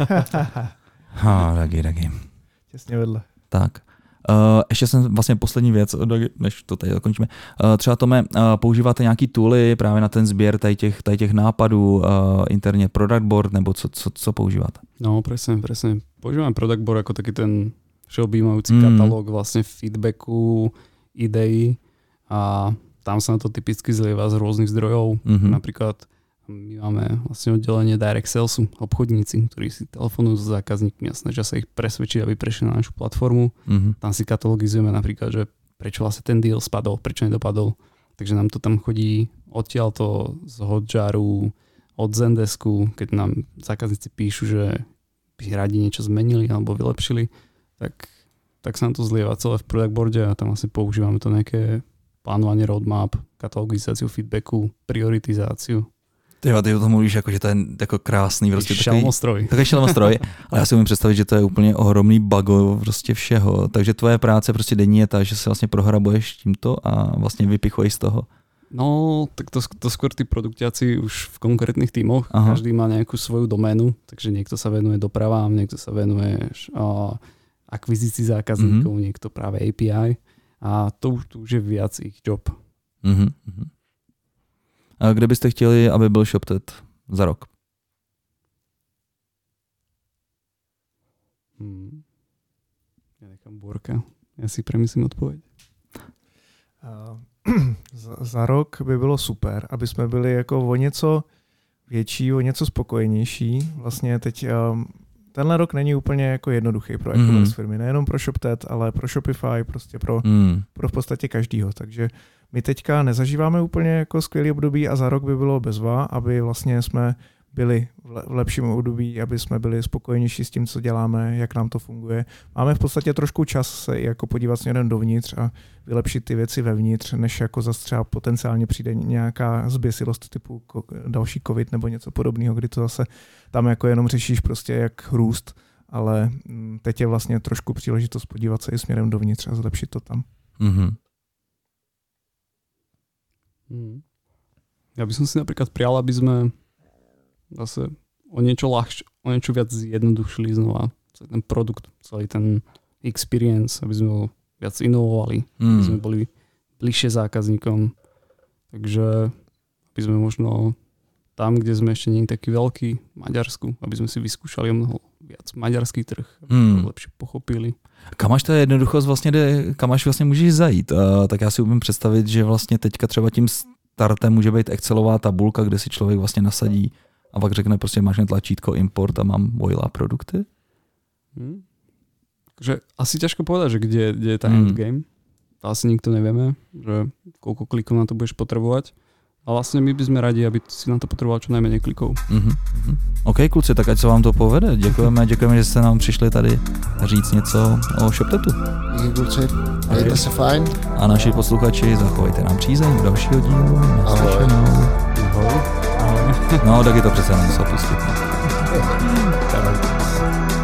Ha, Dagi, Dagi. Těsně vedle. Tak. Uh, ještě jsem vlastně poslední věc, než to tady dokončíme. Uh, třeba Tome, uh, používáte nějaký tooly právě na ten sběr tady těch, tady těch nápadů uh, interně, product board, nebo co, co, co používáte? No, presne, presne. Používam product board ako taký ten všeobjímajúci mm. katalóg vlastne feedbacku, ideí a tam sa na to typicky zlieva z rôznych zdrojov. Mm-hmm. Napríklad my máme vlastne oddelenie direct salesu, obchodníci, ktorí si telefonujú s zákazníkmi a snažia sa ich presvedčiť, aby prešli na našu platformu. Mm-hmm. Tam si katalogizujeme napríklad, že prečo vlastne ten deal spadol, prečo nedopadol. Takže nám to tam chodí odtiaľto z Hotjaru, od Zendesku, keď nám zákazníci píšu, že by radi niečo zmenili alebo vylepšili, tak, tak sa nám to zlieva celé v product boarde a tam vlastne používame to nejaké plánovanie roadmap, katalogizáciu feedbacku, prioritizáciu. Ty, ty o tom mluvíš jako, že to je jako krásný prostě takový šelmostroj. Takový šelmostroj, ale já si umím představit, že to je úplně ohromný bago prostě všeho. Takže tvoje práce prostě denní je ta, že se vlastně prohrabuješ tímto a vlastně vypichuješ z toho. No, tak to, to skôr tí produktiaci už v konkrétnych tímoch. Aha. Každý má nejakú svoju doménu, takže niekto sa venuje dopravám, niekto sa venuje uh, akvizícii zákazníkov, mm-hmm. niekto práve á pé í a to už, to už je viac ich job. Mm-hmm. A kde byste chtěli, aby byl ShopTet za rok? Hmm. Ja nechám Borka. Ja si premyslím odpoveď. Uh. Za, za rok by bylo super, aby jsme byli jako o něco větší, o něco spokojenější. Vlastně teď um, tenhle rok není úplně jako jednoduchý pro e-commerce mm. firmy, nejenom pro ShopTet, ale pro Shopify, prostě pro, mm. pro v podstatě každýho. Takže my teďka nezažíváme úplně jako skvělý období a za rok by bylo bezva, aby vlastně jsme byli v lepším období, aby jsme byli spokojenější s tím, co děláme, jak nám to funguje. Máme v podstatě trošku čas se jako podívat směrem dovnitř a vylepšit ty věci vevnitř, než jako zase třeba potenciálně přijde nějaká zběsilost typu další covid nebo něco podobného, kdy to zase tam jako jenom řešíš prostě jak růst, ale teď je vlastně trošku příležitost podívat se i směrem dovnitř a zlepšit to tam. Mm-hmm. Mm. Ja by som si napríklad prial, aby sme zase o niečo ľahšie, o niečo viac zjednodušili znova celý ten produkt, celý ten experience, aby sme ho viac inovovali, mm. aby sme boli bližšie zákazníkom. Takže aby sme možno tam, kde sme ešte nie taký veľký, v Maďarsku, aby sme si vyskúšali o mnoho viac maďarský trh, aby mm. to lepšie pochopili. Kam až ta jednoduchost vlastně jde, kam až vlastně můžeš zajít? Uh, tak já si umím představit, že vlastně teďka třeba tím startem může být Excelová tabulka, kde si člověk vlastně nasadí a pak řekne prostě máš tlačítko import a mám Voilá produkty? Hmm. Takže asi ťažko povedať, že kde, kde je tá hmm. endgame. to asi nikto nevieme, že koľko klikov na to budeš potrebovať. A vlastne my by sme radi, aby si na to potreboval čo najmenej klikov. Mm-hmm. OK, kluci, tak ať se vám to povede. Děkujeme, děkujeme, že jste nám přišli tady říct něco o ShopTetu. Díky, kluci. Mějte se fajn. A naši posluchači, zachovejte nám přízeň u dalšího dílu. Ahoj. Ahoj. No, tak je to přece nemusel pustit. Tak.